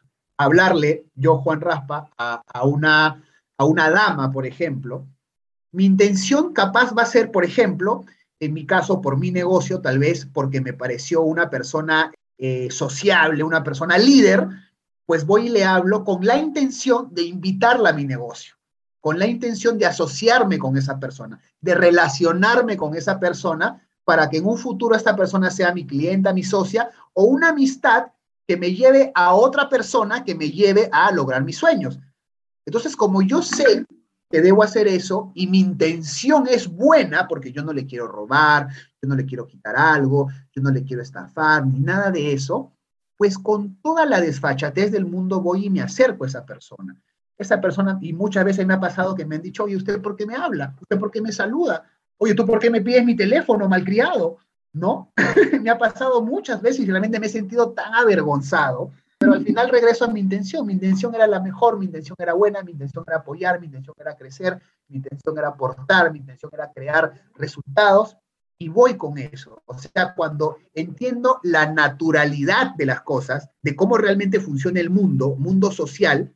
a hablarle, yo, Juan Raspa, a, a, una, a una dama, por ejemplo, mi intención capaz va a ser, por ejemplo, en mi caso, por mi negocio, tal vez porque me pareció una persona eh, sociable, una persona líder, pues voy y le hablo con la intención de invitarla a mi negocio, con la intención de asociarme con esa persona, de relacionarme con esa persona para que en un futuro esta persona sea mi clienta, mi socia, o una amistad que me lleve a otra persona que me lleve a lograr mis sueños. Entonces, como yo sé que debo hacer eso y mi intención es buena, porque yo no le quiero robar, yo no le quiero quitar algo, yo no le quiero estafar, ni nada de eso, pues con toda la desfachatez del mundo voy y me acerco a esa persona. Esa persona, y muchas veces me ha pasado que me han dicho, oye, ¿usted por qué me habla? ¿Usted por qué me saluda? Oye, ¿tú por qué me pides mi teléfono, malcriado? ¿No? Me ha pasado muchas veces y realmente me he sentido tan avergonzado, pero al final regreso a mi intención. Mi intención era la mejor, mi intención era buena, mi intención era apoyar, mi intención era crecer, mi intención era aportar, mi intención era crear resultados, y voy con eso. O sea, cuando entiendo la naturalidad de las cosas, de cómo realmente funciona el mundo, mundo social,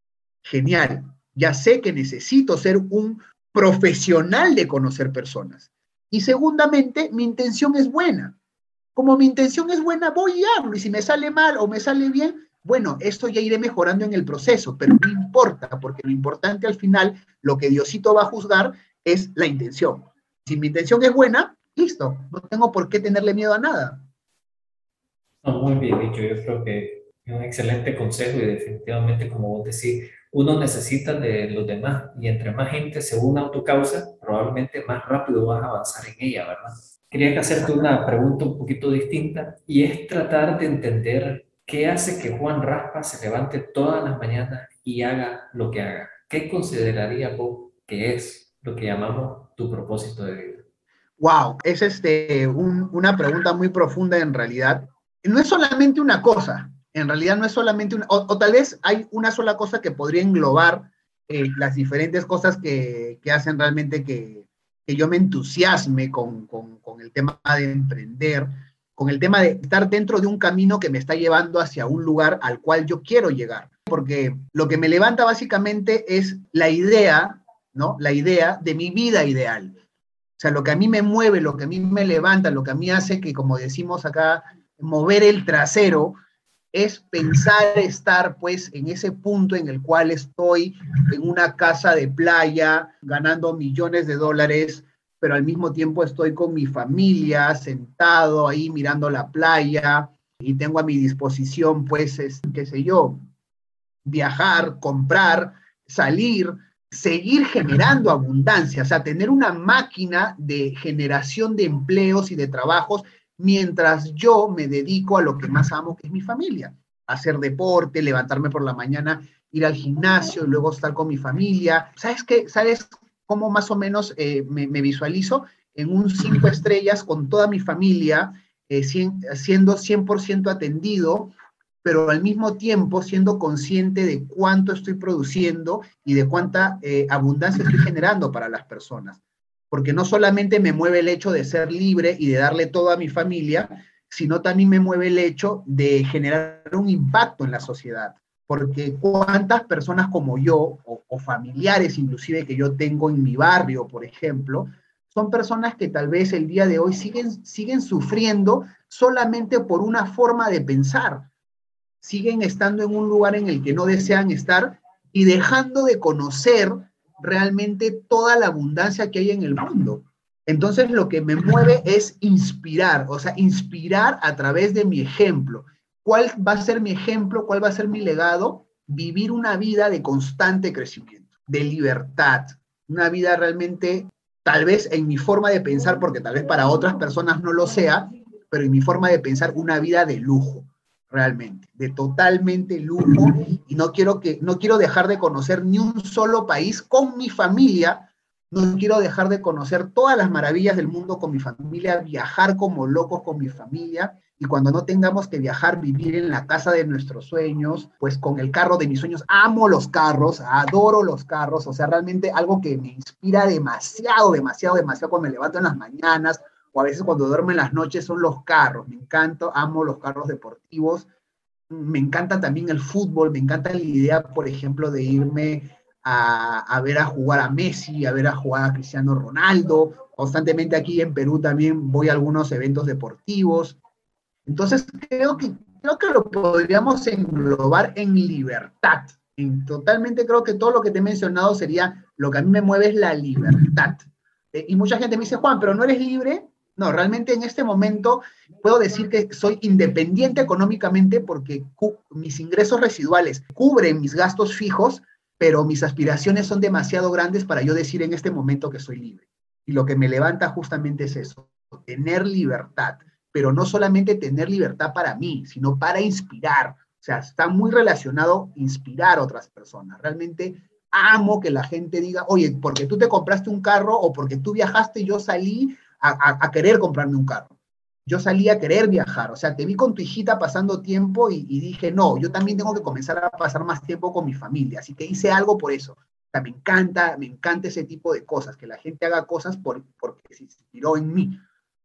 genial. Ya sé que necesito ser un profesional de conocer personas. Y segundamente, mi intención es buena. Como mi intención es buena, voy y hablo. Y si me sale mal o me sale bien, bueno, esto ya iré mejorando en el proceso, pero no importa, porque lo importante al final, lo que Diosito va a juzgar es la intención. Si mi intención es buena, listo, no tengo por qué tenerle miedo a nada. No, muy bien dicho, yo creo que es un excelente consejo y definitivamente, como vos decís, uno necesita de los demás y entre más gente se una a tu causa, probablemente más rápido vas a avanzar en ella, ¿verdad? Quería hacerte una pregunta un poquito distinta y es tratar de entender qué hace que Juan Raspa se levante todas las mañanas y haga lo que haga. ¿Qué considerarías vos que es lo que llamamos tu propósito de vida? Wow, es este, un, una pregunta muy profunda en realidad. No es solamente una cosa, en realidad no es solamente una, o, o tal vez hay una sola cosa que podría englobar eh, las diferentes cosas que, que hacen realmente que, que yo me entusiasme con, con, con el tema de emprender, con el tema de estar dentro de un camino que me está llevando hacia un lugar al cual yo quiero llegar. Porque lo que me levanta básicamente es la idea, ¿no? La idea de mi vida ideal. O sea, lo que a mí me mueve, lo que a mí me levanta, lo que a mí hace que, como decimos acá mover el trasero, es pensar estar pues en ese punto en el cual estoy en una casa de playa ganando millones de dólares, pero al mismo tiempo estoy con mi familia sentado ahí mirando la playa y tengo a mi disposición pues, es, qué sé yo, viajar, comprar, salir, seguir generando abundancia, o sea, tener una máquina de generación de empleos y de trabajos mientras yo me dedico a lo que más amo, que es mi familia, hacer deporte, levantarme por la mañana, ir al gimnasio, y luego estar con mi familia. ¿Sabes qué? ¿Sabes cómo más o menos eh, me, me visualizo? En un cinco estrellas con toda mi familia, eh, cien, siendo cien por ciento atendido, pero al mismo tiempo siendo consciente de cuánto estoy produciendo y de cuánta eh, abundancia estoy generando para las personas. Porque no solamente me mueve el hecho de ser libre y de darle todo a mi familia, sino también me mueve el hecho de generar un impacto en la sociedad. Porque cuántas personas como yo, o, o familiares inclusive que yo tengo en mi barrio, por ejemplo, son personas que tal vez el día de hoy siguen, siguen sufriendo solamente por una forma de pensar, siguen estando en un lugar en el que no desean estar y dejando de conocer realmente toda la abundancia que hay en el mundo. Entonces lo que me mueve es inspirar, o sea, inspirar a través de mi ejemplo. ¿Cuál va a ser mi ejemplo? ¿Cuál va a ser mi legado? Vivir una vida de constante crecimiento, de libertad, una vida realmente, tal vez en mi forma de pensar, porque tal vez para otras personas no lo sea, pero en mi forma de pensar, una vida de lujo. Realmente, de totalmente lujo, y no quiero, que, no quiero dejar de conocer ni un solo país con mi familia, no quiero dejar de conocer todas las maravillas del mundo con mi familia, viajar como locos con mi familia, y cuando no tengamos que viajar, vivir en la casa de nuestros sueños, pues con el carro de mis sueños. Amo los carros, adoro los carros, o sea, realmente algo que me inspira demasiado, demasiado, demasiado cuando me levanto en las mañanas, o a veces cuando duermo en las noches, son los carros. Me encanta, amo los carros deportivos. Me encanta también el fútbol, me encanta la idea, por ejemplo, de irme a, a ver a jugar a Messi, a ver a jugar a Cristiano Ronaldo. Constantemente aquí en Perú también voy a algunos eventos deportivos. Entonces creo que, creo que lo podríamos englobar en libertad. En, totalmente creo que todo lo que te he mencionado sería, lo que a mí me mueve es la libertad. Eh, y mucha gente me dice, Juan, ¿pero no eres libre? No, realmente en este momento puedo decir que soy independiente económicamente porque mis ingresos residuales cubren mis gastos fijos, pero mis aspiraciones son demasiado grandes para yo decir en este momento que soy libre. Y lo que me levanta justamente es eso, tener libertad, pero no solamente tener libertad para mí, sino para inspirar. O sea, está muy relacionado inspirar a otras personas. Realmente amo que la gente diga, oye, porque tú te compraste un carro o porque tú viajaste, yo salí A, a, a querer comprarme un carro. Yo salí a querer viajar, o sea, te vi con tu hijita pasando tiempo y, y dije, no, yo también tengo que comenzar a pasar más tiempo con mi familia, así que hice algo por eso. O sea, me encanta, me encanta ese tipo de cosas, que la gente haga cosas por, porque se inspiró en mí.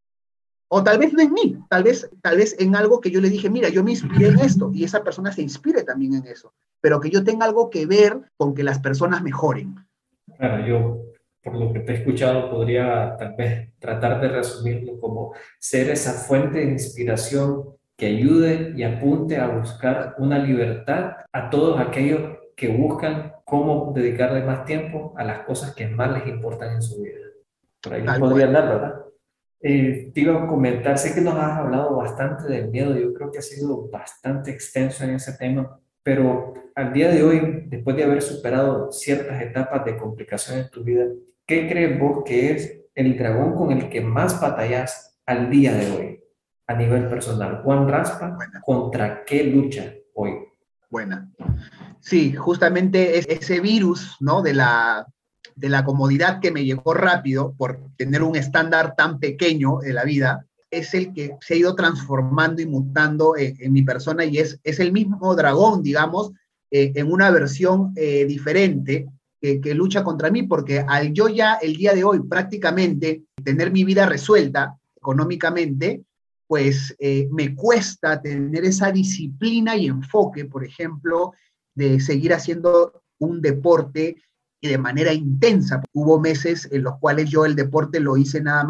O tal vez no en mí, tal vez, tal vez en algo que yo le dije, mira, yo me inspiré en esto, y esa persona se inspire también en eso, pero que yo tenga algo que ver con que las personas mejoren. Claro, yo, por lo que te he escuchado, podría tal vez tratar de resumirlo como ser esa fuente de inspiración que ayude y apunte a buscar una libertad a todos aquellos que buscan cómo dedicarle más tiempo a las cosas que más les importan en su vida. Por ahí les Tal podría cual. andar, ¿verdad? Eh, te iba a comentar, sé que nos has hablado bastante del miedo, yo creo que ha sido bastante extenso en ese tema, pero al día de hoy, después de haber superado ciertas etapas de complicación en tu vida, ¿qué crees vos que es el dragón con el que más batallas al día de hoy a nivel personal? Juan Raspa, Buena, ¿contra qué lucha hoy? buena. Sí, justamente es ese virus, ¿no? De la, de la comodidad que me llegó rápido por tener un estándar tan pequeño de la vida, es el que se ha ido transformando y mutando en, en mi persona y es, es el mismo dragón, digamos, eh, en una versión eh, diferente que, que lucha contra mí, porque al yo ya el día de hoy prácticamente tener mi vida resuelta económicamente, pues eh, me cuesta tener esa disciplina y enfoque, por ejemplo, de seguir haciendo un deporte y de manera intensa. Hubo meses en los cuales yo el deporte lo hice nada más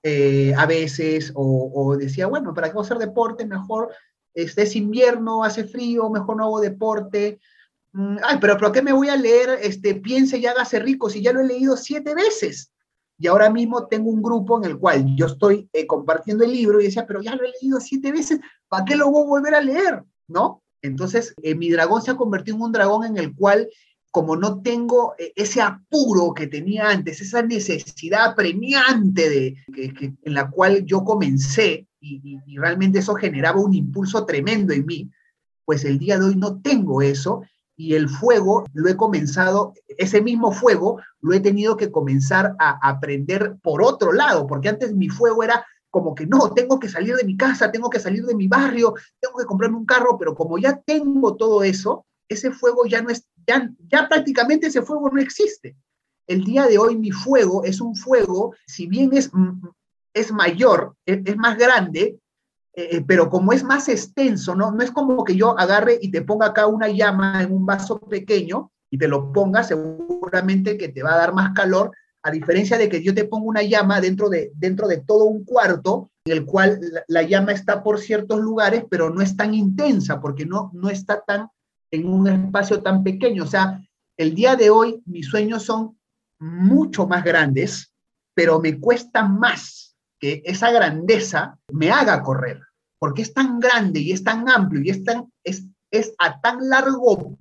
eh, a veces, o, o decía, bueno, ¿para qué voy a hacer deporte? Mejor este, es invierno, hace frío, mejor no hago deporte. Mm, ay, pero ¿por qué me voy a leer este, Piense y hágase rico si ya lo he leído siete veces? Y ahora mismo tengo un grupo en el cual yo estoy eh, compartiendo el libro y decía, pero ya lo he leído siete veces, ¿para qué lo voy a volver a leer? ¿No? Entonces, eh, mi dragón se ha convertido en un dragón en el cual, como no tengo eh, ese apuro que tenía antes, esa necesidad apremiante de, que, que, en la cual yo comencé, y, y, y realmente eso generaba un impulso tremendo en mí, pues el día de hoy no tengo eso, y el fuego lo he comenzado, ese mismo fuego lo he tenido que comenzar a aprender por otro lado, porque antes mi fuego era como que no, tengo que salir de mi casa, tengo que salir de mi barrio, tengo que comprarme un carro, pero como ya tengo todo eso, ese fuego ya no es, ya, ya prácticamente ese fuego no existe. El día de hoy mi fuego es un fuego, si bien es, es mayor, es, es más grande, eh, pero como es más extenso, ¿no? No es como que yo agarre y te ponga acá una llama en un vaso pequeño y te lo ponga, seguramente que te va a dar más calor, a diferencia de que yo te pongo una llama dentro de, dentro de todo un cuarto, en el cual la, la llama está por ciertos lugares, pero no es tan intensa, porque no, no está tan en un espacio tan pequeño. O sea, el día de hoy mis sueños son mucho más grandes, pero me cuesta más que esa grandeza me haga correr, porque es tan grande y es tan amplio y es, tan, es, es a tan largo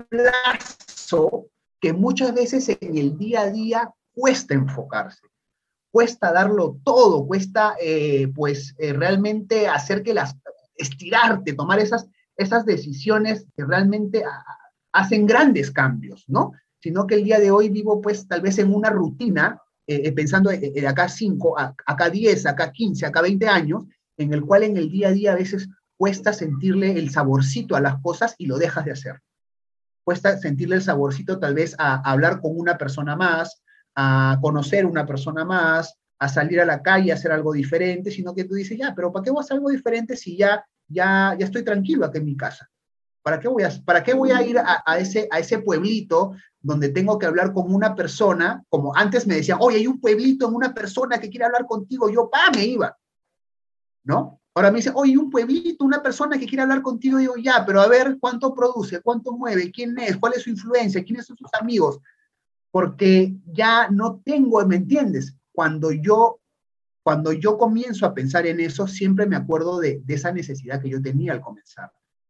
plazo que muchas veces en el día a día cuesta enfocarse, cuesta darlo todo, cuesta eh, pues eh, realmente hacer que las, estirarte, tomar esas, esas decisiones que realmente a, hacen grandes cambios, ¿no? Sino que el día de hoy vivo pues tal vez en una rutina, eh, pensando de acá cinco, acá diez, acá quince, acá veinte años, en el cual en el día a día a veces cuesta sentirle el saborcito a las cosas y lo dejas de hacer. Cuesta sentirle el saborcito tal vez a, a hablar con una persona más, a conocer una persona más, a salir a la calle a hacer algo diferente, sino que tú dices, ya, pero ¿para qué voy a hacer algo diferente si ya, ya, ya estoy tranquilo aquí en mi casa? ¿Para qué voy a, para qué voy a ir a, a, ese, a ese pueblito donde tengo que hablar con una persona? Como antes me decían, oye, hay un pueblito en una persona que quiere hablar contigo. Yo, pa, me iba, ¿no? Ahora me dicen, oye, un pueblito, una persona que quiere hablar contigo. Digo, ya, pero a ver cuánto produce, cuánto mueve, quién es, cuál es su influencia, quiénes son sus amigos. Porque ya no tengo, ¿me entiendes? Cuando yo, cuando yo comienzo a pensar en eso, siempre me acuerdo de, de esa necesidad que yo tenía al comenzar.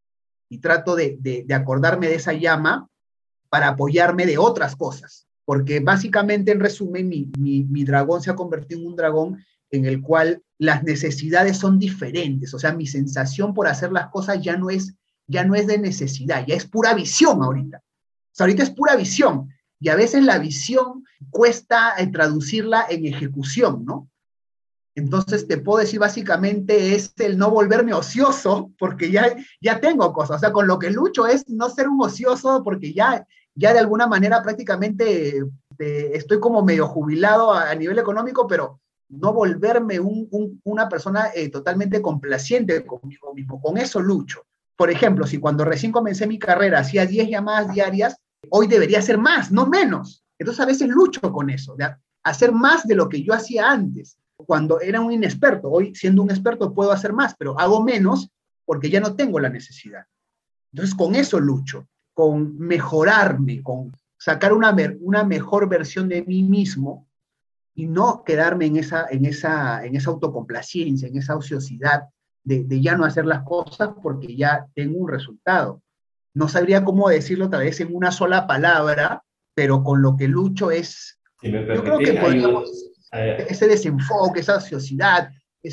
Y trato de, de, de acordarme de esa llama para apoyarme de otras cosas. Porque básicamente, en resumen, mi, mi, mi dragón se ha convertido en un dragón en el cual las necesidades son diferentes. O sea, mi sensación por hacer las cosas ya no es, ya no es de necesidad, ya es pura visión ahorita. O sea, ahorita es pura visión. Y a veces la visión cuesta eh, traducirla en ejecución, ¿no? Entonces te puedo decir básicamente es el no volverme ocioso, porque ya, ya tengo cosas. O sea, con lo que lucho es no ser un ocioso, porque ya, ya de alguna manera prácticamente eh, estoy como medio jubilado a, a nivel económico, pero no volverme un, un, una persona eh, totalmente complaciente conmigo mismo. Con eso lucho. Por ejemplo, si cuando recién comencé mi carrera hacía diez llamadas diarias, hoy debería hacer más, no menos. Entonces a veces lucho con eso, de hacer más de lo que yo hacía antes, cuando era un inexperto. Hoy, siendo un experto, puedo hacer más, pero hago menos porque ya no tengo la necesidad. Entonces con eso lucho, con mejorarme, con sacar una, una mejor versión de mí mismo y no quedarme en esa, en esa, en esa autocomplacencia, en esa ociosidad de, de ya no hacer las cosas porque ya tengo un resultado. No sabría cómo decirlo tal vez en una sola palabra, pero con lo que lucho es, si me yo creo que podríamos, ayudo. ese desenfoque, esa ociosidad,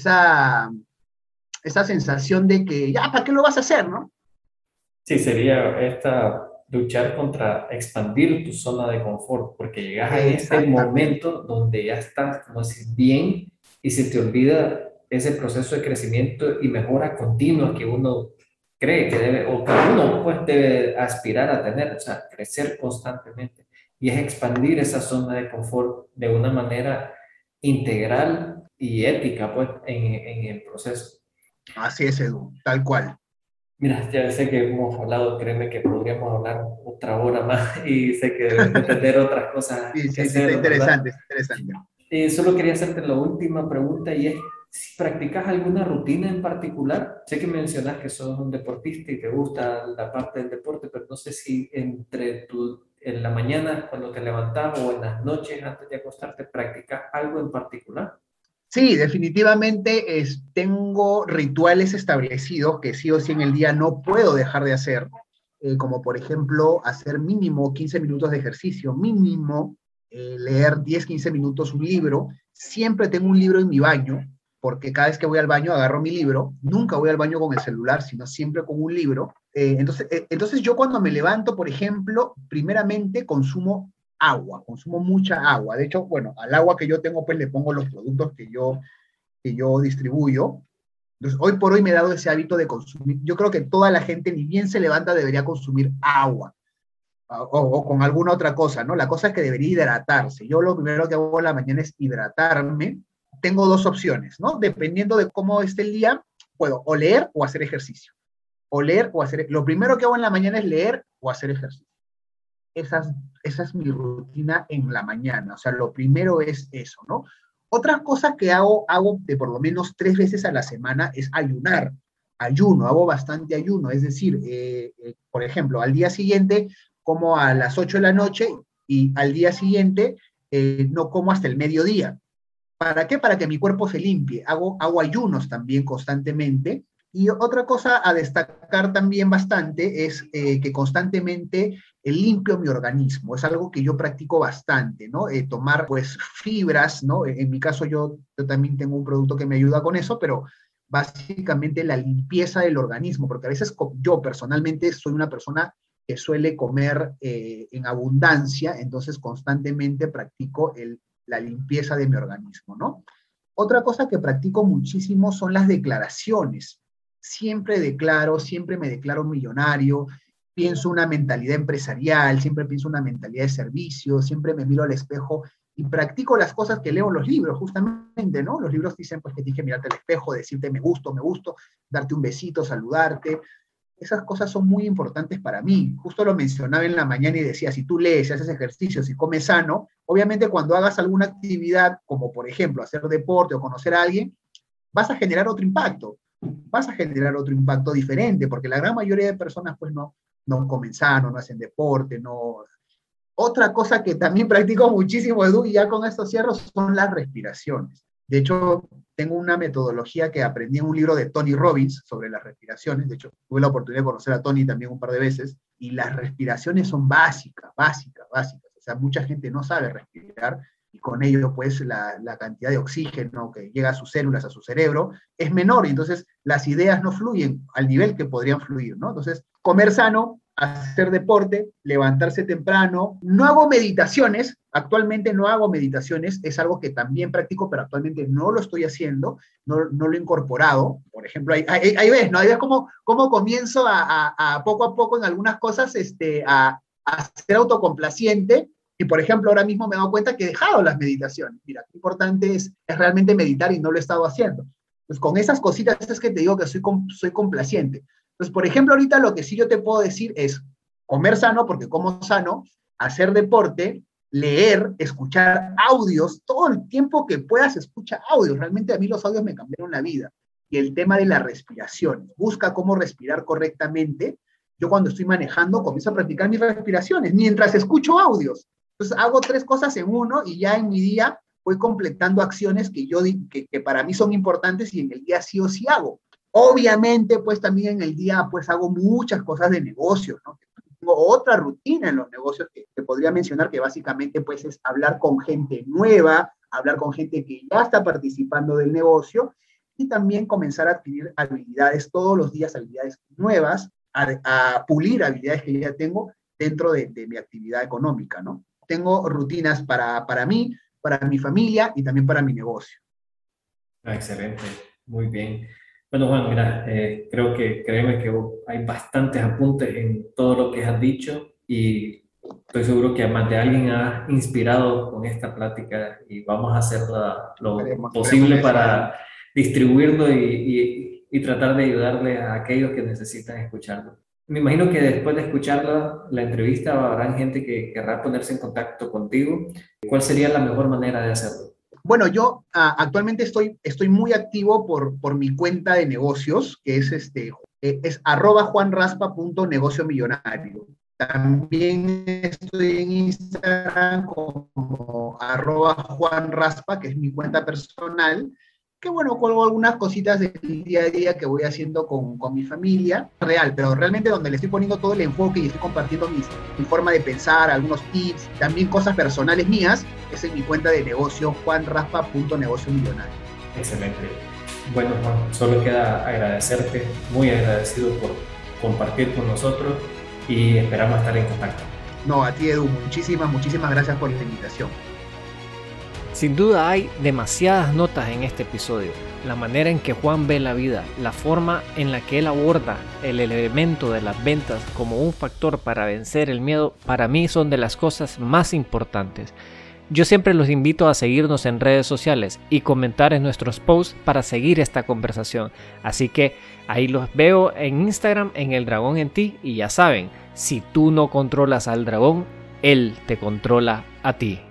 esa, esa sensación de que ya, ¿para qué lo vas a hacer, no? Sí, sería esta, luchar contra expandir tu zona de confort, porque llegas a este momento donde ya estás, como decir, bien, y se te olvida ese proceso de crecimiento y mejora continua que uno cree que debe, o que uno pues debe aspirar a tener, o sea, crecer constantemente. Y es expandir esa zona de confort de una manera integral y ética, pues, en, en el proceso. Así es, Edu, tal cual. Mira, ya sé que hemos hablado, créeme que podríamos hablar otra hora más y sé que debes de tener otras cosas Sí, que sí, sí, está hacer, ¿verdad? interesante, está interesante. Eh, solo quería hacerte la última pregunta y es si practicas alguna rutina en particular. Sé que mencionas que sos un deportista y te gusta la parte del deporte, pero no sé si entre tu, en la mañana cuando te levantas o en las noches antes de acostarte practicas algo en particular. Sí, definitivamente es, tengo rituales establecidos que sí o sí en el día no puedo dejar de hacer, eh, como por ejemplo hacer mínimo quince minutos de ejercicio, mínimo eh, leer diez, quince minutos un libro. Siempre tengo un libro en mi baño, porque cada vez que voy al baño agarro mi libro, nunca voy al baño con el celular, sino siempre con un libro. Eh, entonces, eh, entonces yo cuando me levanto, por ejemplo, primeramente consumo agua, consumo mucha agua. De hecho, bueno, al agua que yo tengo, pues le pongo los productos que yo, que yo distribuyo. Entonces, hoy por hoy me he dado ese hábito de consumir. Yo creo que toda la gente, ni bien se levanta, debería consumir agua o, o con alguna otra cosa, ¿no? La cosa es que debería hidratarse. Yo lo primero que hago en la mañana es hidratarme. Tengo dos opciones, ¿no? Dependiendo de cómo esté el día, puedo o leer o hacer ejercicio. O leer o hacer. Lo primero que hago en la mañana es leer o hacer ejercicio. Esas, esa es mi rutina en la mañana. O sea, lo primero es eso, ¿no? Otra cosa que hago, hago de por lo menos tres veces a la semana es ayunar. Ayuno, hago bastante ayuno. Es decir, eh, eh, por ejemplo, al día siguiente como a las ocho de la noche y al día siguiente eh, no como hasta el mediodía. ¿Para qué? Para que mi cuerpo se limpie. Hago, hago ayunos también constantemente. Y otra cosa a destacar también bastante es eh, que constantemente eh, limpio mi organismo. Es algo que yo practico bastante, ¿no? Eh, tomar, pues, fibras, ¿no? En mi caso yo, yo también tengo un producto que me ayuda con eso, pero básicamente la limpieza del organismo, porque a veces yo personalmente soy una persona que suele comer eh, en abundancia, entonces constantemente practico el, la limpieza de mi organismo, ¿no? Otra cosa que practico muchísimo son las declaraciones. Siempre declaro, siempre me declaro millonario, pienso una mentalidad empresarial, siempre pienso una mentalidad de servicio, siempre me miro al espejo y practico las cosas que leo en los libros, justamente, ¿no? Los libros dicen, pues, que tienes que mirarte al espejo, decirte me gusto, me gusto, darte un besito, saludarte. Esas cosas son muy importantes para mí. Justo lo mencionaba en la mañana y decía, si tú lees, si haces ejercicio, si comes sano, obviamente cuando hagas alguna actividad, como por ejemplo hacer deporte o conocer a alguien, vas a generar otro impacto, vas a generar otro impacto diferente, porque la gran mayoría de personas pues no, no comen sano, no hacen deporte, no... Otra cosa que también practico muchísimo, Edu, y ya con estos cierros, son las respiraciones. De hecho, tengo una metodología que aprendí en un libro de Tony Robbins sobre las respiraciones. De hecho, tuve la oportunidad de conocer a Tony también un par de veces. Y las respiraciones son básicas, básicas, básicas. O sea, mucha gente no sabe respirar y con ello, pues, la, la cantidad de oxígeno que llega a sus células, a su cerebro, es menor. Y entonces, las ideas no fluyen al nivel que podrían fluir, ¿no? Entonces, comer sano, hacer deporte, levantarse temprano. No hago meditaciones, actualmente no hago meditaciones, es algo que también practico, pero actualmente no lo estoy haciendo, no, no lo he incorporado. Por ejemplo, ahí, ahí, ahí ves, ¿no? Ahí ves cómo, cómo comienzo a, a, a poco a poco en algunas cosas este, a, a ser autocomplaciente. Y, por ejemplo, ahora mismo me he dado cuenta que he dejado las meditaciones. Mira, qué importante es, es realmente meditar y no lo he estado haciendo. Pues con esas cositas es que te digo que soy, soy complaciente. Entonces, por ejemplo, ahorita lo que sí yo te puedo decir es comer sano, porque como sano, hacer deporte, leer, escuchar audios, todo el tiempo que puedas escucha audios. Realmente a mí los audios me cambiaron la vida. Y el tema de la respiración, busca cómo respirar correctamente. Yo cuando estoy manejando comienzo a practicar mis respiraciones mientras escucho audios. Entonces hago tres cosas en uno y ya en mi día voy completando acciones que, yo, que, que para mí son importantes y en el día sí o sí hago. Obviamente, pues también en el día, pues hago muchas cosas de negocios, ¿no? Tengo otra rutina en los negocios que, que podría mencionar que básicamente, pues, es hablar con gente nueva, hablar con gente que ya está participando del negocio y también comenzar a adquirir habilidades todos los días, habilidades nuevas, a, a pulir habilidades que ya tengo dentro de, de mi actividad económica, ¿no? Tengo rutinas para, para mí, para mi familia y también para mi negocio. Ah, excelente, muy bien. Bueno, Juan, mira, eh, creo que créeme que hay bastantes apuntes en todo lo que has dicho y estoy seguro que a más de alguien ha inspirado con esta plática y vamos a hacer la, lo Esperemos, posible esperemos para distribuirlo y, y, y tratar de ayudarle a aquellos que necesitan escucharlo. Me imagino que después de escucharla, la entrevista, habrá gente que querrá ponerse en contacto contigo. ¿Cuál sería la mejor manera de hacerlo? Bueno, yo uh, actualmente estoy, estoy muy activo por, por mi cuenta de negocios, que es, este, es arroba juanraspa punto negocio millonario. También estoy en Instagram como arroba juanraspa, que es mi cuenta personal, que bueno, colgo algunas cositas del día a día que voy haciendo con, con mi familia, real, pero realmente donde le estoy poniendo todo el enfoque y estoy compartiendo mis, mi forma de pensar, algunos tips, también cosas personales mías, es en mi cuenta de negocio, juanraspa punto negocio millonario. Excelente. Bueno, Juan, solo queda agradecerte, muy agradecido por compartir con nosotros y esperamos estar en contacto. No, a ti, Edu, muchísimas, muchísimas gracias por la invitación. Sin duda hay demasiadas notas en este episodio. La manera en que Juan ve la vida, la forma en la que él aborda el elemento de las ventas como un factor para vencer el miedo, para mí son de las cosas más importantes. Yo siempre los invito a seguirnos en redes sociales y comentar en nuestros posts para seguir esta conversación. Así que ahí los veo en Instagram en El Dragón en Ti y ya saben, si tú no controlas al dragón, él te controla a ti.